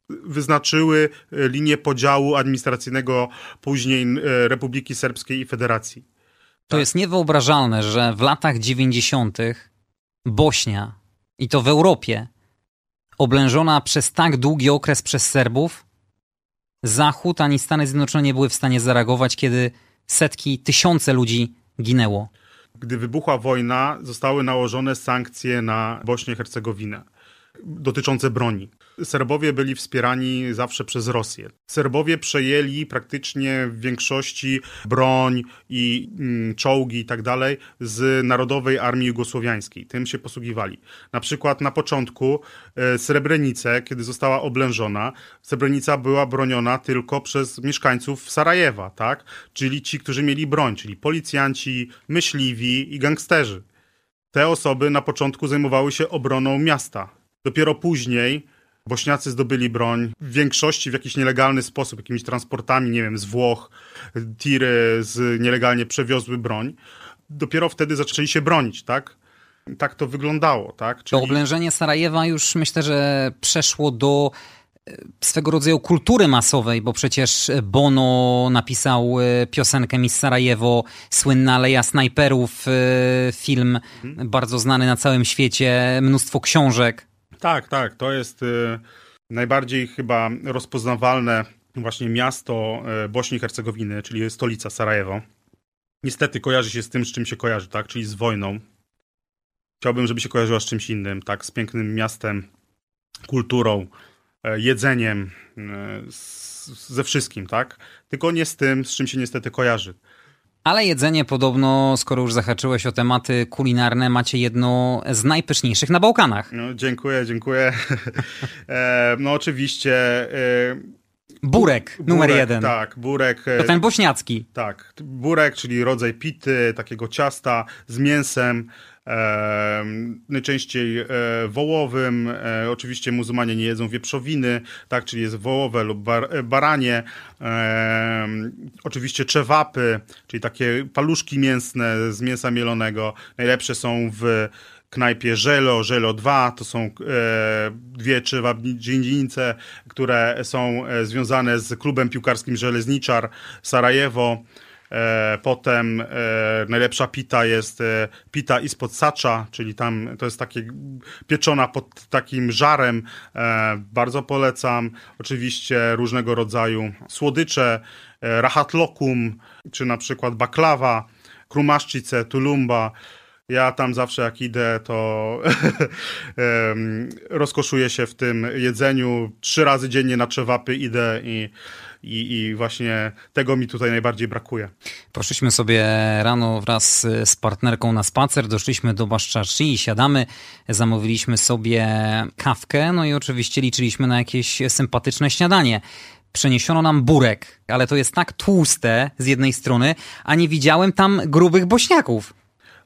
wyznaczyły linię podziału administracyjnego później Republiki Serbskiej i Federacji. To jest niewyobrażalne, że w latach 90. Bośnia, i to w Europie, oblężona przez tak długi okres przez Serbów, Zachód ani Stany Zjednoczone nie były w stanie zareagować, kiedy setki, tysiące ludzi ginęło. Gdy wybuchła wojna, zostały nałożone sankcje na Bośnię i Hercegowinę dotyczące broni. Serbowie byli wspierani zawsze przez Rosję. Serbowie przejęli praktycznie w większości broń i czołgi i tak dalej z Narodowej Armii Jugosłowiańskiej. Tym się posługiwali. Na przykład na początku Srebrenicę, kiedy została oblężona, Srebrenica była broniona tylko przez mieszkańców Sarajewa, tak? Czyli ci, którzy mieli broń, czyli policjanci, myśliwi i gangsterzy. Te osoby na początku zajmowały się obroną miasta. Dopiero później Bośniacy zdobyli broń, w większości w jakiś nielegalny sposób, jakimiś transportami, nie wiem, z Włoch, tiry nielegalnie przewiozły broń. Dopiero wtedy zaczęli się bronić, tak? Tak to wyglądało, tak? To oblężenie Sarajewa już myślę, że przeszło do swego rodzaju kultury masowej, bo przecież Bono napisał piosenkę Miss Sarajewo, słynna Aleja Snajperów, film bardzo znany na całym świecie, mnóstwo książek. Tak, to jest najbardziej chyba rozpoznawalne właśnie miasto Bośni i Hercegowiny, czyli stolica Sarajewo. Niestety kojarzy się z tym, z czym się kojarzy, tak? Czyli z wojną. Chciałbym, żeby się kojarzyła z czymś innym, tak? Z pięknym miastem, kulturą, jedzeniem, ze wszystkim, tak? Tylko nie z tym, z czym się niestety kojarzy. Ale jedzenie podobno, skoro już zahaczyłeś o tematy kulinarne, macie jedno z najpyszniejszych na Bałkanach. No, dziękuję. No oczywiście... Burek, numer 1. Tak, burek. To ten bośniacki. Tak, burek, czyli rodzaj pity, takiego ciasta z mięsem, najczęściej wołowym. Oczywiście muzułmanie nie jedzą wieprzowiny, tak, czyli jest wołowe lub baranie. Oczywiście czewapy, czyli takie paluszki mięsne z mięsa mielonego. Najlepsze są w knajpie Żelo 2, to są dwie dzielnice, które są związane z klubem piłkarskim Żelezniczar Sarajewo. Potem najlepsza pita jest pita ispod sacza, czyli tam to jest takie pieczona pod takim żarem. Bardzo polecam. Oczywiście różnego rodzaju słodycze, rahat lokum, czy na przykład baklawa, krumaszczyce, tulumba. Ja tam zawsze jak idę, to rozkoszuję się w tym jedzeniu. 3 razy dziennie na czewapy idę i właśnie tego mi tutaj najbardziej brakuje. Poszliśmy sobie rano wraz z partnerką na spacer, doszliśmy do Baszczarszy i siadamy, zamówiliśmy sobie kawkę, no i oczywiście liczyliśmy na jakieś sympatyczne śniadanie. Przeniesiono nam burek, ale to jest tak tłuste z jednej strony, a nie widziałem tam grubych bośniaków.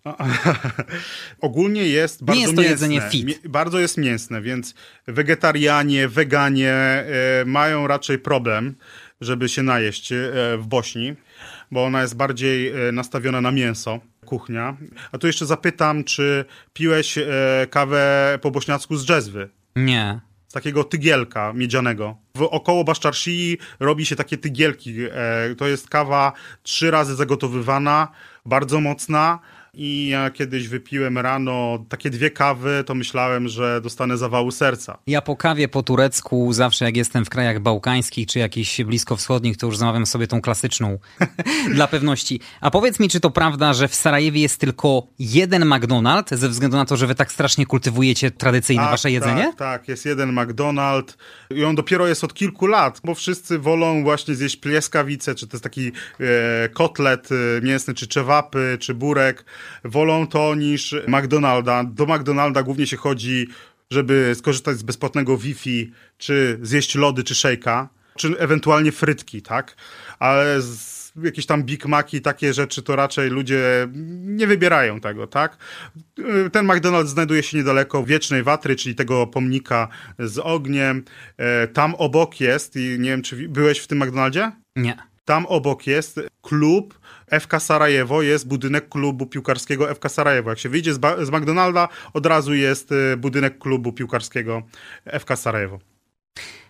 Ogólnie jest bardzo mięsne. Nie jest to jedzenie mięsne. fit. Bardzo jest mięsne, więc wegetarianie, weganie mają raczej problem, żeby się najeść w Bośni, bo ona jest bardziej nastawiona na mięso, kuchnia. A tu jeszcze zapytam, czy piłeś kawę po bośniacku z dżezwy? Nie. Z takiego tygielka miedzianego. Około Baszczarszyi robi się takie tygielki. To jest kawa 3 razy zagotowywana, bardzo mocna. I ja kiedyś wypiłem rano takie 2 kawy, to myślałem, że dostanę zawału serca. Ja po kawie po turecku zawsze jak jestem w krajach bałkańskich czy jakichś bliskowschodnich, to już zamawiam sobie tą klasyczną dla pewności. A powiedz mi, czy to prawda, że w Sarajewie jest tylko jeden McDonald's ze względu na to, że wy tak strasznie kultywujecie tradycyjne wasze jedzenie? Tak, jest jeden McDonald's i on dopiero jest od kilku lat, bo wszyscy wolą właśnie zjeść plieskawice, czy to jest taki kotlet mięsny, czy czewapy, czy burek. Wolą to niż McDonalda. Do McDonalda głównie się chodzi, żeby skorzystać z bezpłatnego Wi-Fi, czy zjeść lody, czy szejka, czy ewentualnie frytki, tak? Ale jakieś tam Big Maci, takie rzeczy, to raczej ludzie nie wybierają tego, tak? Ten McDonald's znajduje się niedaleko Wiecznej Watry, czyli tego pomnika z ogniem. Tam obok jest, i nie wiem, czy byłeś w tym McDonaldzie? Nie. Tam obok jest klub FK Sarajewo, jest budynek klubu piłkarskiego FK Sarajewo. Jak się wyjdzie z McDonalda, od razu jest budynek klubu piłkarskiego FK Sarajewo.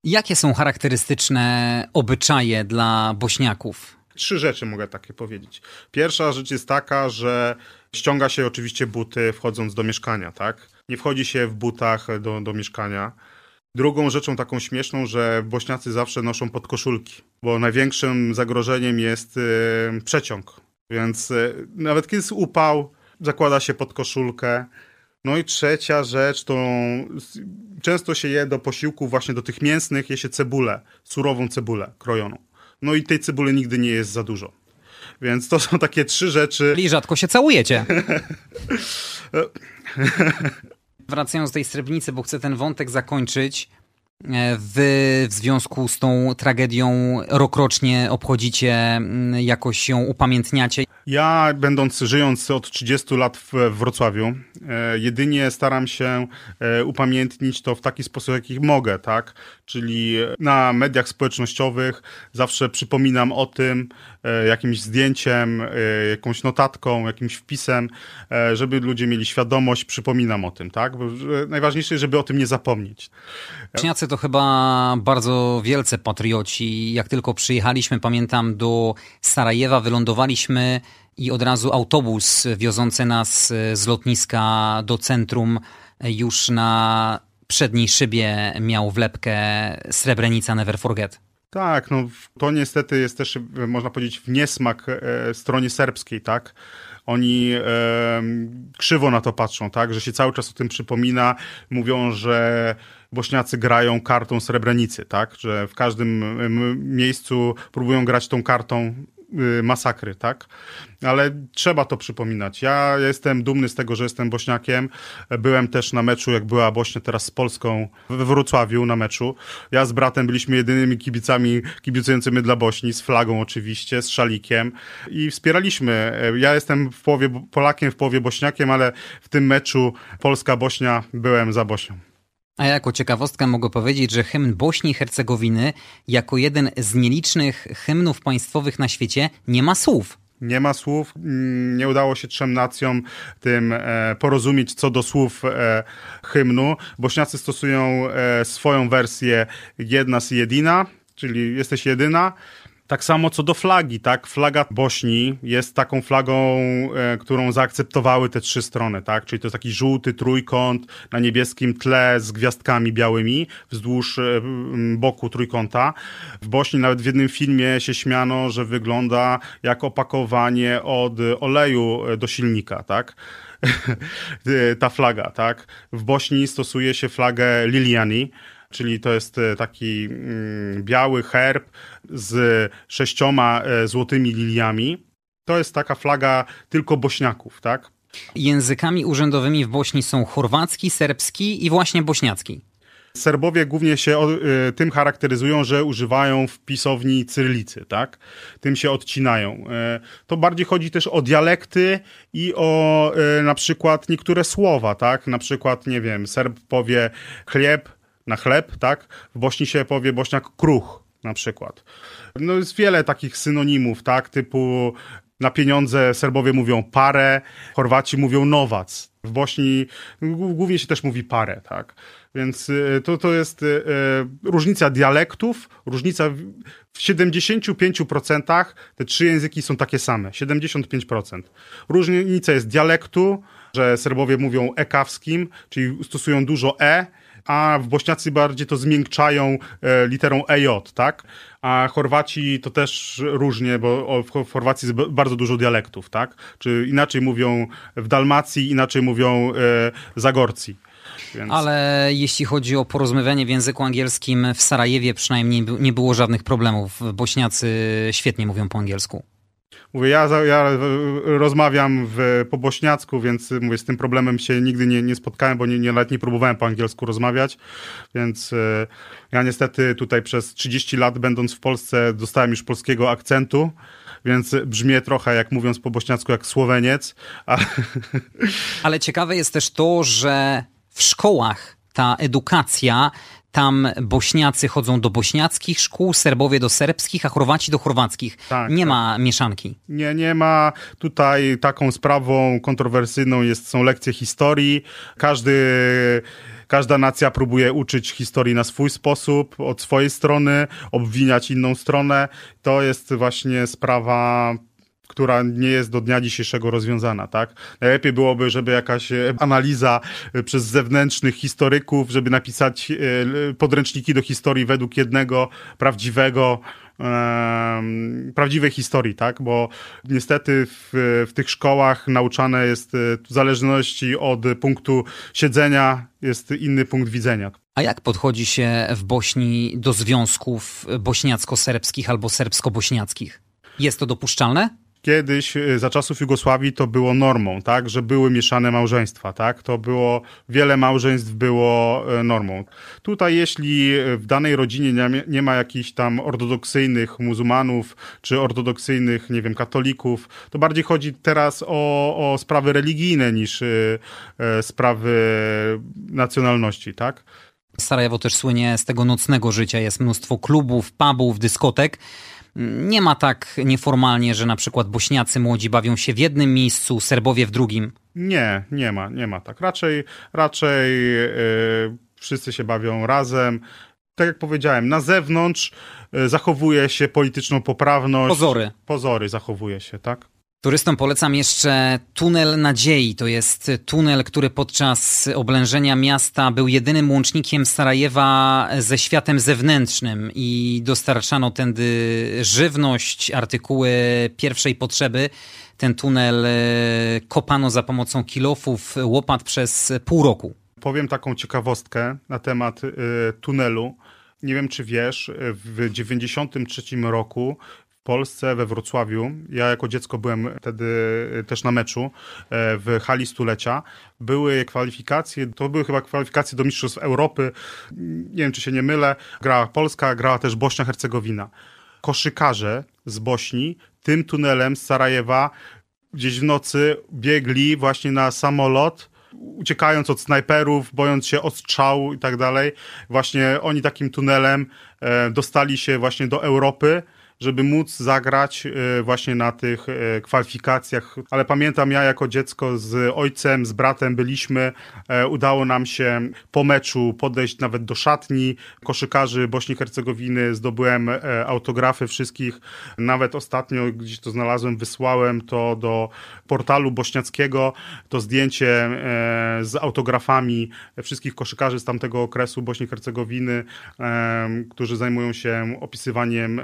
Jakie są charakterystyczne obyczaje dla Bośniaków? 3 rzeczy mogę takie powiedzieć. Pierwsza rzecz jest taka, że ściąga się oczywiście buty wchodząc do mieszkania, tak? Nie wchodzi się w butach do mieszkania. Drugą rzeczą taką śmieszną, że Bośniacy zawsze noszą podkoszulki, bo największym zagrożeniem jest przeciąg. Więc nawet kiedy jest upał, zakłada się podkoszulkę. No i trzecia rzecz, to często się je do posiłków właśnie do tych mięsnych, je się cebulę, surową cebulę krojoną. No i tej cebuli nigdy nie jest za dużo. Więc to są takie 3 rzeczy. Czyli rzadko się całujecie. Wracając do tej Srebrenicy, bo chcę ten wątek zakończyć. Wy w związku z tą tragedią rokrocznie obchodzicie, jakoś ją upamiętniacie? Ja, żyjąc od 30 lat w Wrocławiu, jedynie staram się upamiętnić to w taki sposób, jaki mogę, tak? Czyli na mediach społecznościowych zawsze przypominam o tym jakimś zdjęciem, jakąś notatką, jakimś wpisem, żeby ludzie mieli świadomość, przypominam o tym, tak? Bo najważniejsze jest, żeby o tym nie zapomnieć. Bośniacy to chyba bardzo wielce patrioci. Jak tylko przyjechaliśmy, pamiętam, do Sarajewa, wylądowaliśmy i od razu autobus wiozący nas z lotniska do centrum już na przedniej szybie miał wlepkę Srebrenica Never Forget. Tak, no to niestety jest też, można powiedzieć, w niesmak stronie serbskiej, tak? Oni krzywo na to patrzą, tak? Że się cały czas o tym przypomina. Mówią, że Bośniacy grają kartą Srebrenicy, tak? Że w każdym miejscu próbują grać tą kartą masakry, tak? Ale trzeba to przypominać. Ja jestem dumny z tego, że jestem Bośniakiem. Byłem też na meczu, jak była Bośnia teraz z Polską we Wrocławiu na meczu. Ja z bratem byliśmy jedynymi kibicami kibicującymi dla Bośni, z flagą oczywiście, z szalikiem i wspieraliśmy. Ja jestem w połowie Polakiem, w połowie Bośniakiem, ale w tym meczu Polska-Bośnia byłem za Bośnią. A ja jako ciekawostkę mogę powiedzieć, że hymn Bośni i Hercegowiny jako jeden z nielicznych hymnów państwowych na świecie nie ma słów. Nie ma słów, nie udało się 3 nacjom tym porozumieć co do słów hymnu. Bośniacy stosują swoją wersję jedna si jedina, czyli jesteś jedyna. Tak samo co do flagi, tak? Flaga Bośni jest taką flagą, którą zaakceptowały te 3 strony, tak? Czyli to jest taki żółty trójkąt na niebieskim tle z gwiazdkami białymi wzdłuż boku trójkąta. W Bośni nawet w jednym filmie się śmiano, że wygląda jak opakowanie od oleju do silnika, tak? Ta flaga, tak? W Bośni stosuje się flagę Liliani, czyli to jest taki biały herb z 6 złotymi liliami. To jest taka flaga tylko Bośniaków, tak? Językami urzędowymi w Bośni są chorwacki, serbski i właśnie bośniacki. Serbowie głównie się tym charakteryzują, że używają w pisowni cyrylicy, tak? Tym się odcinają. To bardziej chodzi też o dialekty i o na przykład niektóre słowa, tak? Na przykład, nie wiem, Serb powie chleb na chleb, tak? W Bośni się powie Bośniak kruch na przykład. No jest wiele takich synonimów, tak? Typu na pieniądze Serbowie mówią parę, Chorwaci mówią nowac. W Bośni głównie się też mówi parę, tak? Więc to jest różnica dialektów, różnica w 75% te 3 języki są takie same, 75%. Różnica jest dialektu, że Serbowie mówią ekawskim, czyli stosują dużo e, a Bośniacy bardziej to zmiękczają literą EJ, tak? A Chorwaci to też różnie, bo w Chorwacji jest bardzo dużo dialektów, tak? Czy inaczej mówią w Dalmacji, inaczej mówią Zagorcji. Więc... Ale jeśli chodzi o porozmawianie w języku angielskim w Sarajewie przynajmniej nie było żadnych problemów. Bośniacy świetnie mówią po angielsku. Mówię, ja rozmawiam po bośniacku, więc mówię, z tym problemem się nigdy nie spotkałem, bo nawet nie próbowałem po angielsku rozmawiać, więc ja niestety tutaj przez 30 lat będąc w Polsce dostałem już polskiego akcentu, więc brzmię trochę, jak mówiąc po bośniacku, jak Słoweniec. Ale ciekawe jest też to, że w szkołach ta edukacja, tam Bośniacy chodzą do bośniackich szkół, Serbowie do serbskich, a Chorwaci do chorwackich. Tak, nie ma mieszanki. Nie ma. Tutaj taką sprawą kontrowersyjną są lekcje historii. Każda nacja próbuje uczyć historii na swój sposób, od swojej strony, obwiniać inną stronę. To jest właśnie sprawa, która nie jest do dnia dzisiejszego rozwiązana, tak? Najlepiej byłoby, żeby jakaś analiza przez zewnętrznych historyków, żeby napisać podręczniki do historii według jednego prawdziwej historii, tak? Bo niestety w tych szkołach nauczane jest w zależności od punktu siedzenia jest inny punkt widzenia. A jak podchodzi się w Bośni do związków bośniacko-serbskich albo serbsko-bośniackich? Jest to dopuszczalne? Kiedyś, za czasów Jugosławii, to było normą, tak, że były mieszane małżeństwa, tak, wiele małżeństw było normą. Tutaj, jeśli w danej rodzinie nie ma jakichś tam ortodoksyjnych muzułmanów, czy ortodoksyjnych, nie wiem, katolików, to bardziej chodzi teraz o sprawy religijne niż sprawy nacjonalności, tak. Sarajewo też słynie z tego nocnego życia, jest mnóstwo klubów, pubów, dyskotek. Nie ma tak nieformalnie, że na przykład Bośniacy młodzi bawią się w jednym miejscu, Serbowie w drugim? Nie ma tak. Raczej wszyscy się bawią razem. Tak jak powiedziałem, na zewnątrz zachowuje się polityczną poprawność. Pozory zachowuje się, tak? Turystom polecam jeszcze Tunel Nadziei. To jest tunel, który podczas oblężenia miasta był jedynym łącznikiem Sarajewa ze światem zewnętrznym i dostarczano tędy żywność, artykuły pierwszej potrzeby. Ten tunel kopano za pomocą kilofów, łopat przez pół roku. Powiem taką ciekawostkę na temat tunelu. Nie wiem, czy wiesz, w 1993 roku w Polsce, we Wrocławiu, ja jako dziecko byłem wtedy też na meczu w hali stulecia, były kwalifikacje, to były chyba kwalifikacje do Mistrzostw Europy, nie wiem, czy się nie mylę, grała Polska, grała też Bośnia-Hercegowina. Koszykarze z Bośni tym tunelem z Sarajewa gdzieś w nocy biegli właśnie na samolot, uciekając od snajperów, bojąc się ostrzału i tak dalej. Właśnie oni takim tunelem dostali się właśnie do Europy, żeby móc zagrać właśnie na tych kwalifikacjach. Ale pamiętam, ja jako dziecko z ojcem, z bratem byliśmy, udało nam się po meczu podejść nawet do szatni koszykarzy Bośni i Hercegowiny, zdobyłem autografy wszystkich, nawet ostatnio gdzieś to znalazłem, wysłałem to do portalu bośniackiego, to zdjęcie z autografami wszystkich koszykarzy z tamtego okresu Bośni i Hercegowiny, którzy zajmują się opisywaniem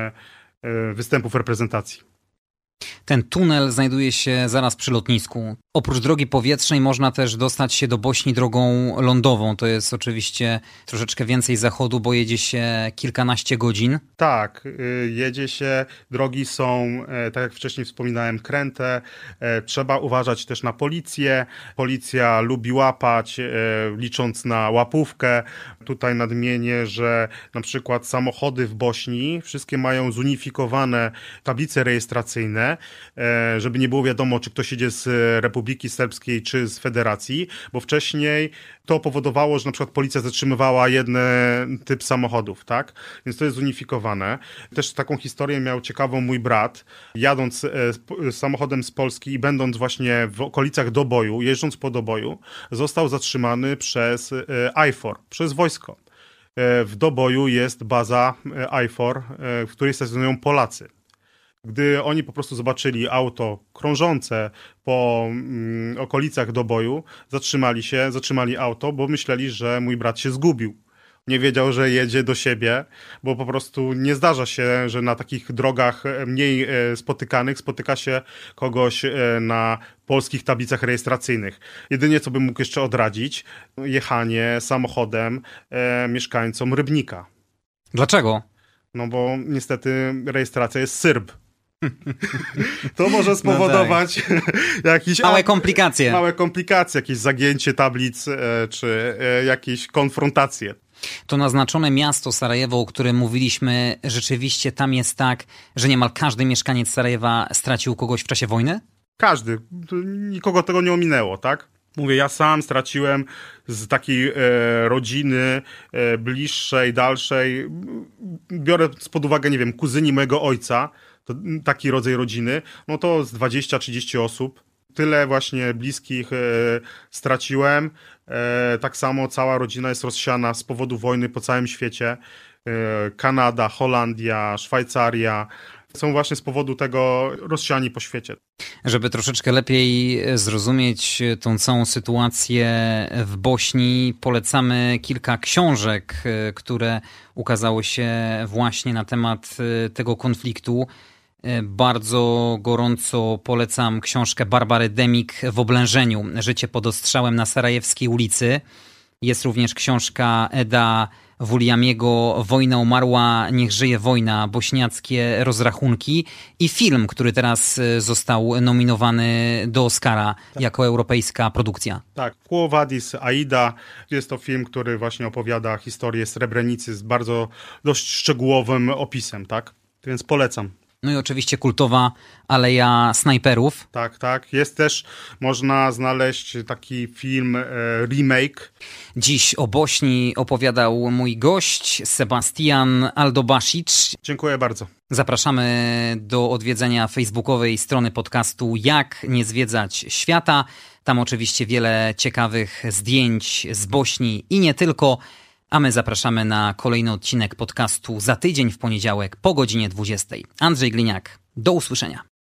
występów reprezentacji. Ten tunel znajduje się zaraz przy lotnisku. Oprócz drogi powietrznej można też dostać się do Bośni drogą lądową. To jest oczywiście troszeczkę więcej zachodu, bo jedzie się kilkanaście godzin. Tak, jedzie się, drogi są, tak jak wcześniej wspominałem, kręte. Trzeba uważać też na policję. Policja lubi łapać, licząc na łapówkę. Tutaj nadmienię, że na przykład samochody w Bośni wszystkie mają zunifikowane tablice rejestracyjne, żeby nie było wiadomo, czy ktoś jedzie z Republiki Serbskiej, czy z Federacji, bo wcześniej to powodowało, że na przykład policja zatrzymywała jeden typ samochodów, tak? Więc to jest zunifikowane. Też taką historię miał ciekawą mój brat, jadąc samochodem z Polski i będąc właśnie w okolicach Doboju, jeżdżąc po Doboju, został zatrzymany przez IFOR, przez wojsko. W Doboju jest baza IFOR, w której stacjonują Polacy. Gdy oni po prostu zobaczyli auto krążące po okolicach Doboju, zatrzymali auto, bo myśleli, że mój brat się zgubił. Nie wiedział, że jedzie do siebie, bo po prostu nie zdarza się, że na takich drogach mniej spotykanych spotyka się kogoś na polskich tablicach rejestracyjnych. Jedynie co bym mógł jeszcze odradzić, jechanie samochodem mieszkańcom Rybnika. Dlaczego? No bo niestety rejestracja jest Syrb. To może spowodować jakieś małe komplikacje, jakieś zagięcie tablic czy jakieś konfrontacje. To naznaczone miasto Sarajewo, o którym mówiliśmy, rzeczywiście tam jest tak, że niemal każdy mieszkaniec Sarajewa stracił kogoś w czasie wojny? Każdy. Nikogo tego nie ominęło, tak? Mówię, ja sam straciłem z takiej rodziny bliższej, dalszej. Biorę pod uwagę, nie wiem, kuzyni mojego ojca, to taki rodzaj rodziny, no to z 20-30 osób. Tyle właśnie bliskich straciłem. Tak samo cała rodzina jest rozsiana z powodu wojny po całym świecie. Kanada, Holandia, Szwajcaria są właśnie z powodu tego rozsiani po świecie. Żeby troszeczkę lepiej zrozumieć tą całą sytuację w Bośni, polecamy kilka książek, które ukazały się właśnie na temat tego konfliktu. Bardzo gorąco polecam książkę Barbary Demik W oblężeniu. Życie pod ostrzałem na Sarajewskiej ulicy. Jest również książka Eda Wuliamiego Wojna umarła, niech żyje wojna, bośniackie rozrachunki i film, który teraz został nominowany do Oscara jako europejska produkcja. Tak, Quo Vadis Aida. Jest to film, który właśnie opowiada historię Srebrenicy z bardzo dość szczegółowym opisem, tak? Więc polecam. No i oczywiście kultowa Aleja Snajperów. Tak. Jest też, można znaleźć taki film, remake. Dziś o Bośni opowiadał mój gość Sebastian Aldobasic. Dziękuję bardzo. Zapraszamy do odwiedzenia facebookowej strony podcastu Jak nie zwiedzać świata. Tam oczywiście wiele ciekawych zdjęć z Bośni i nie tylko. A my zapraszamy na kolejny odcinek podcastu za tydzień w poniedziałek po godzinie 20. Andrzej Gliniak, do usłyszenia.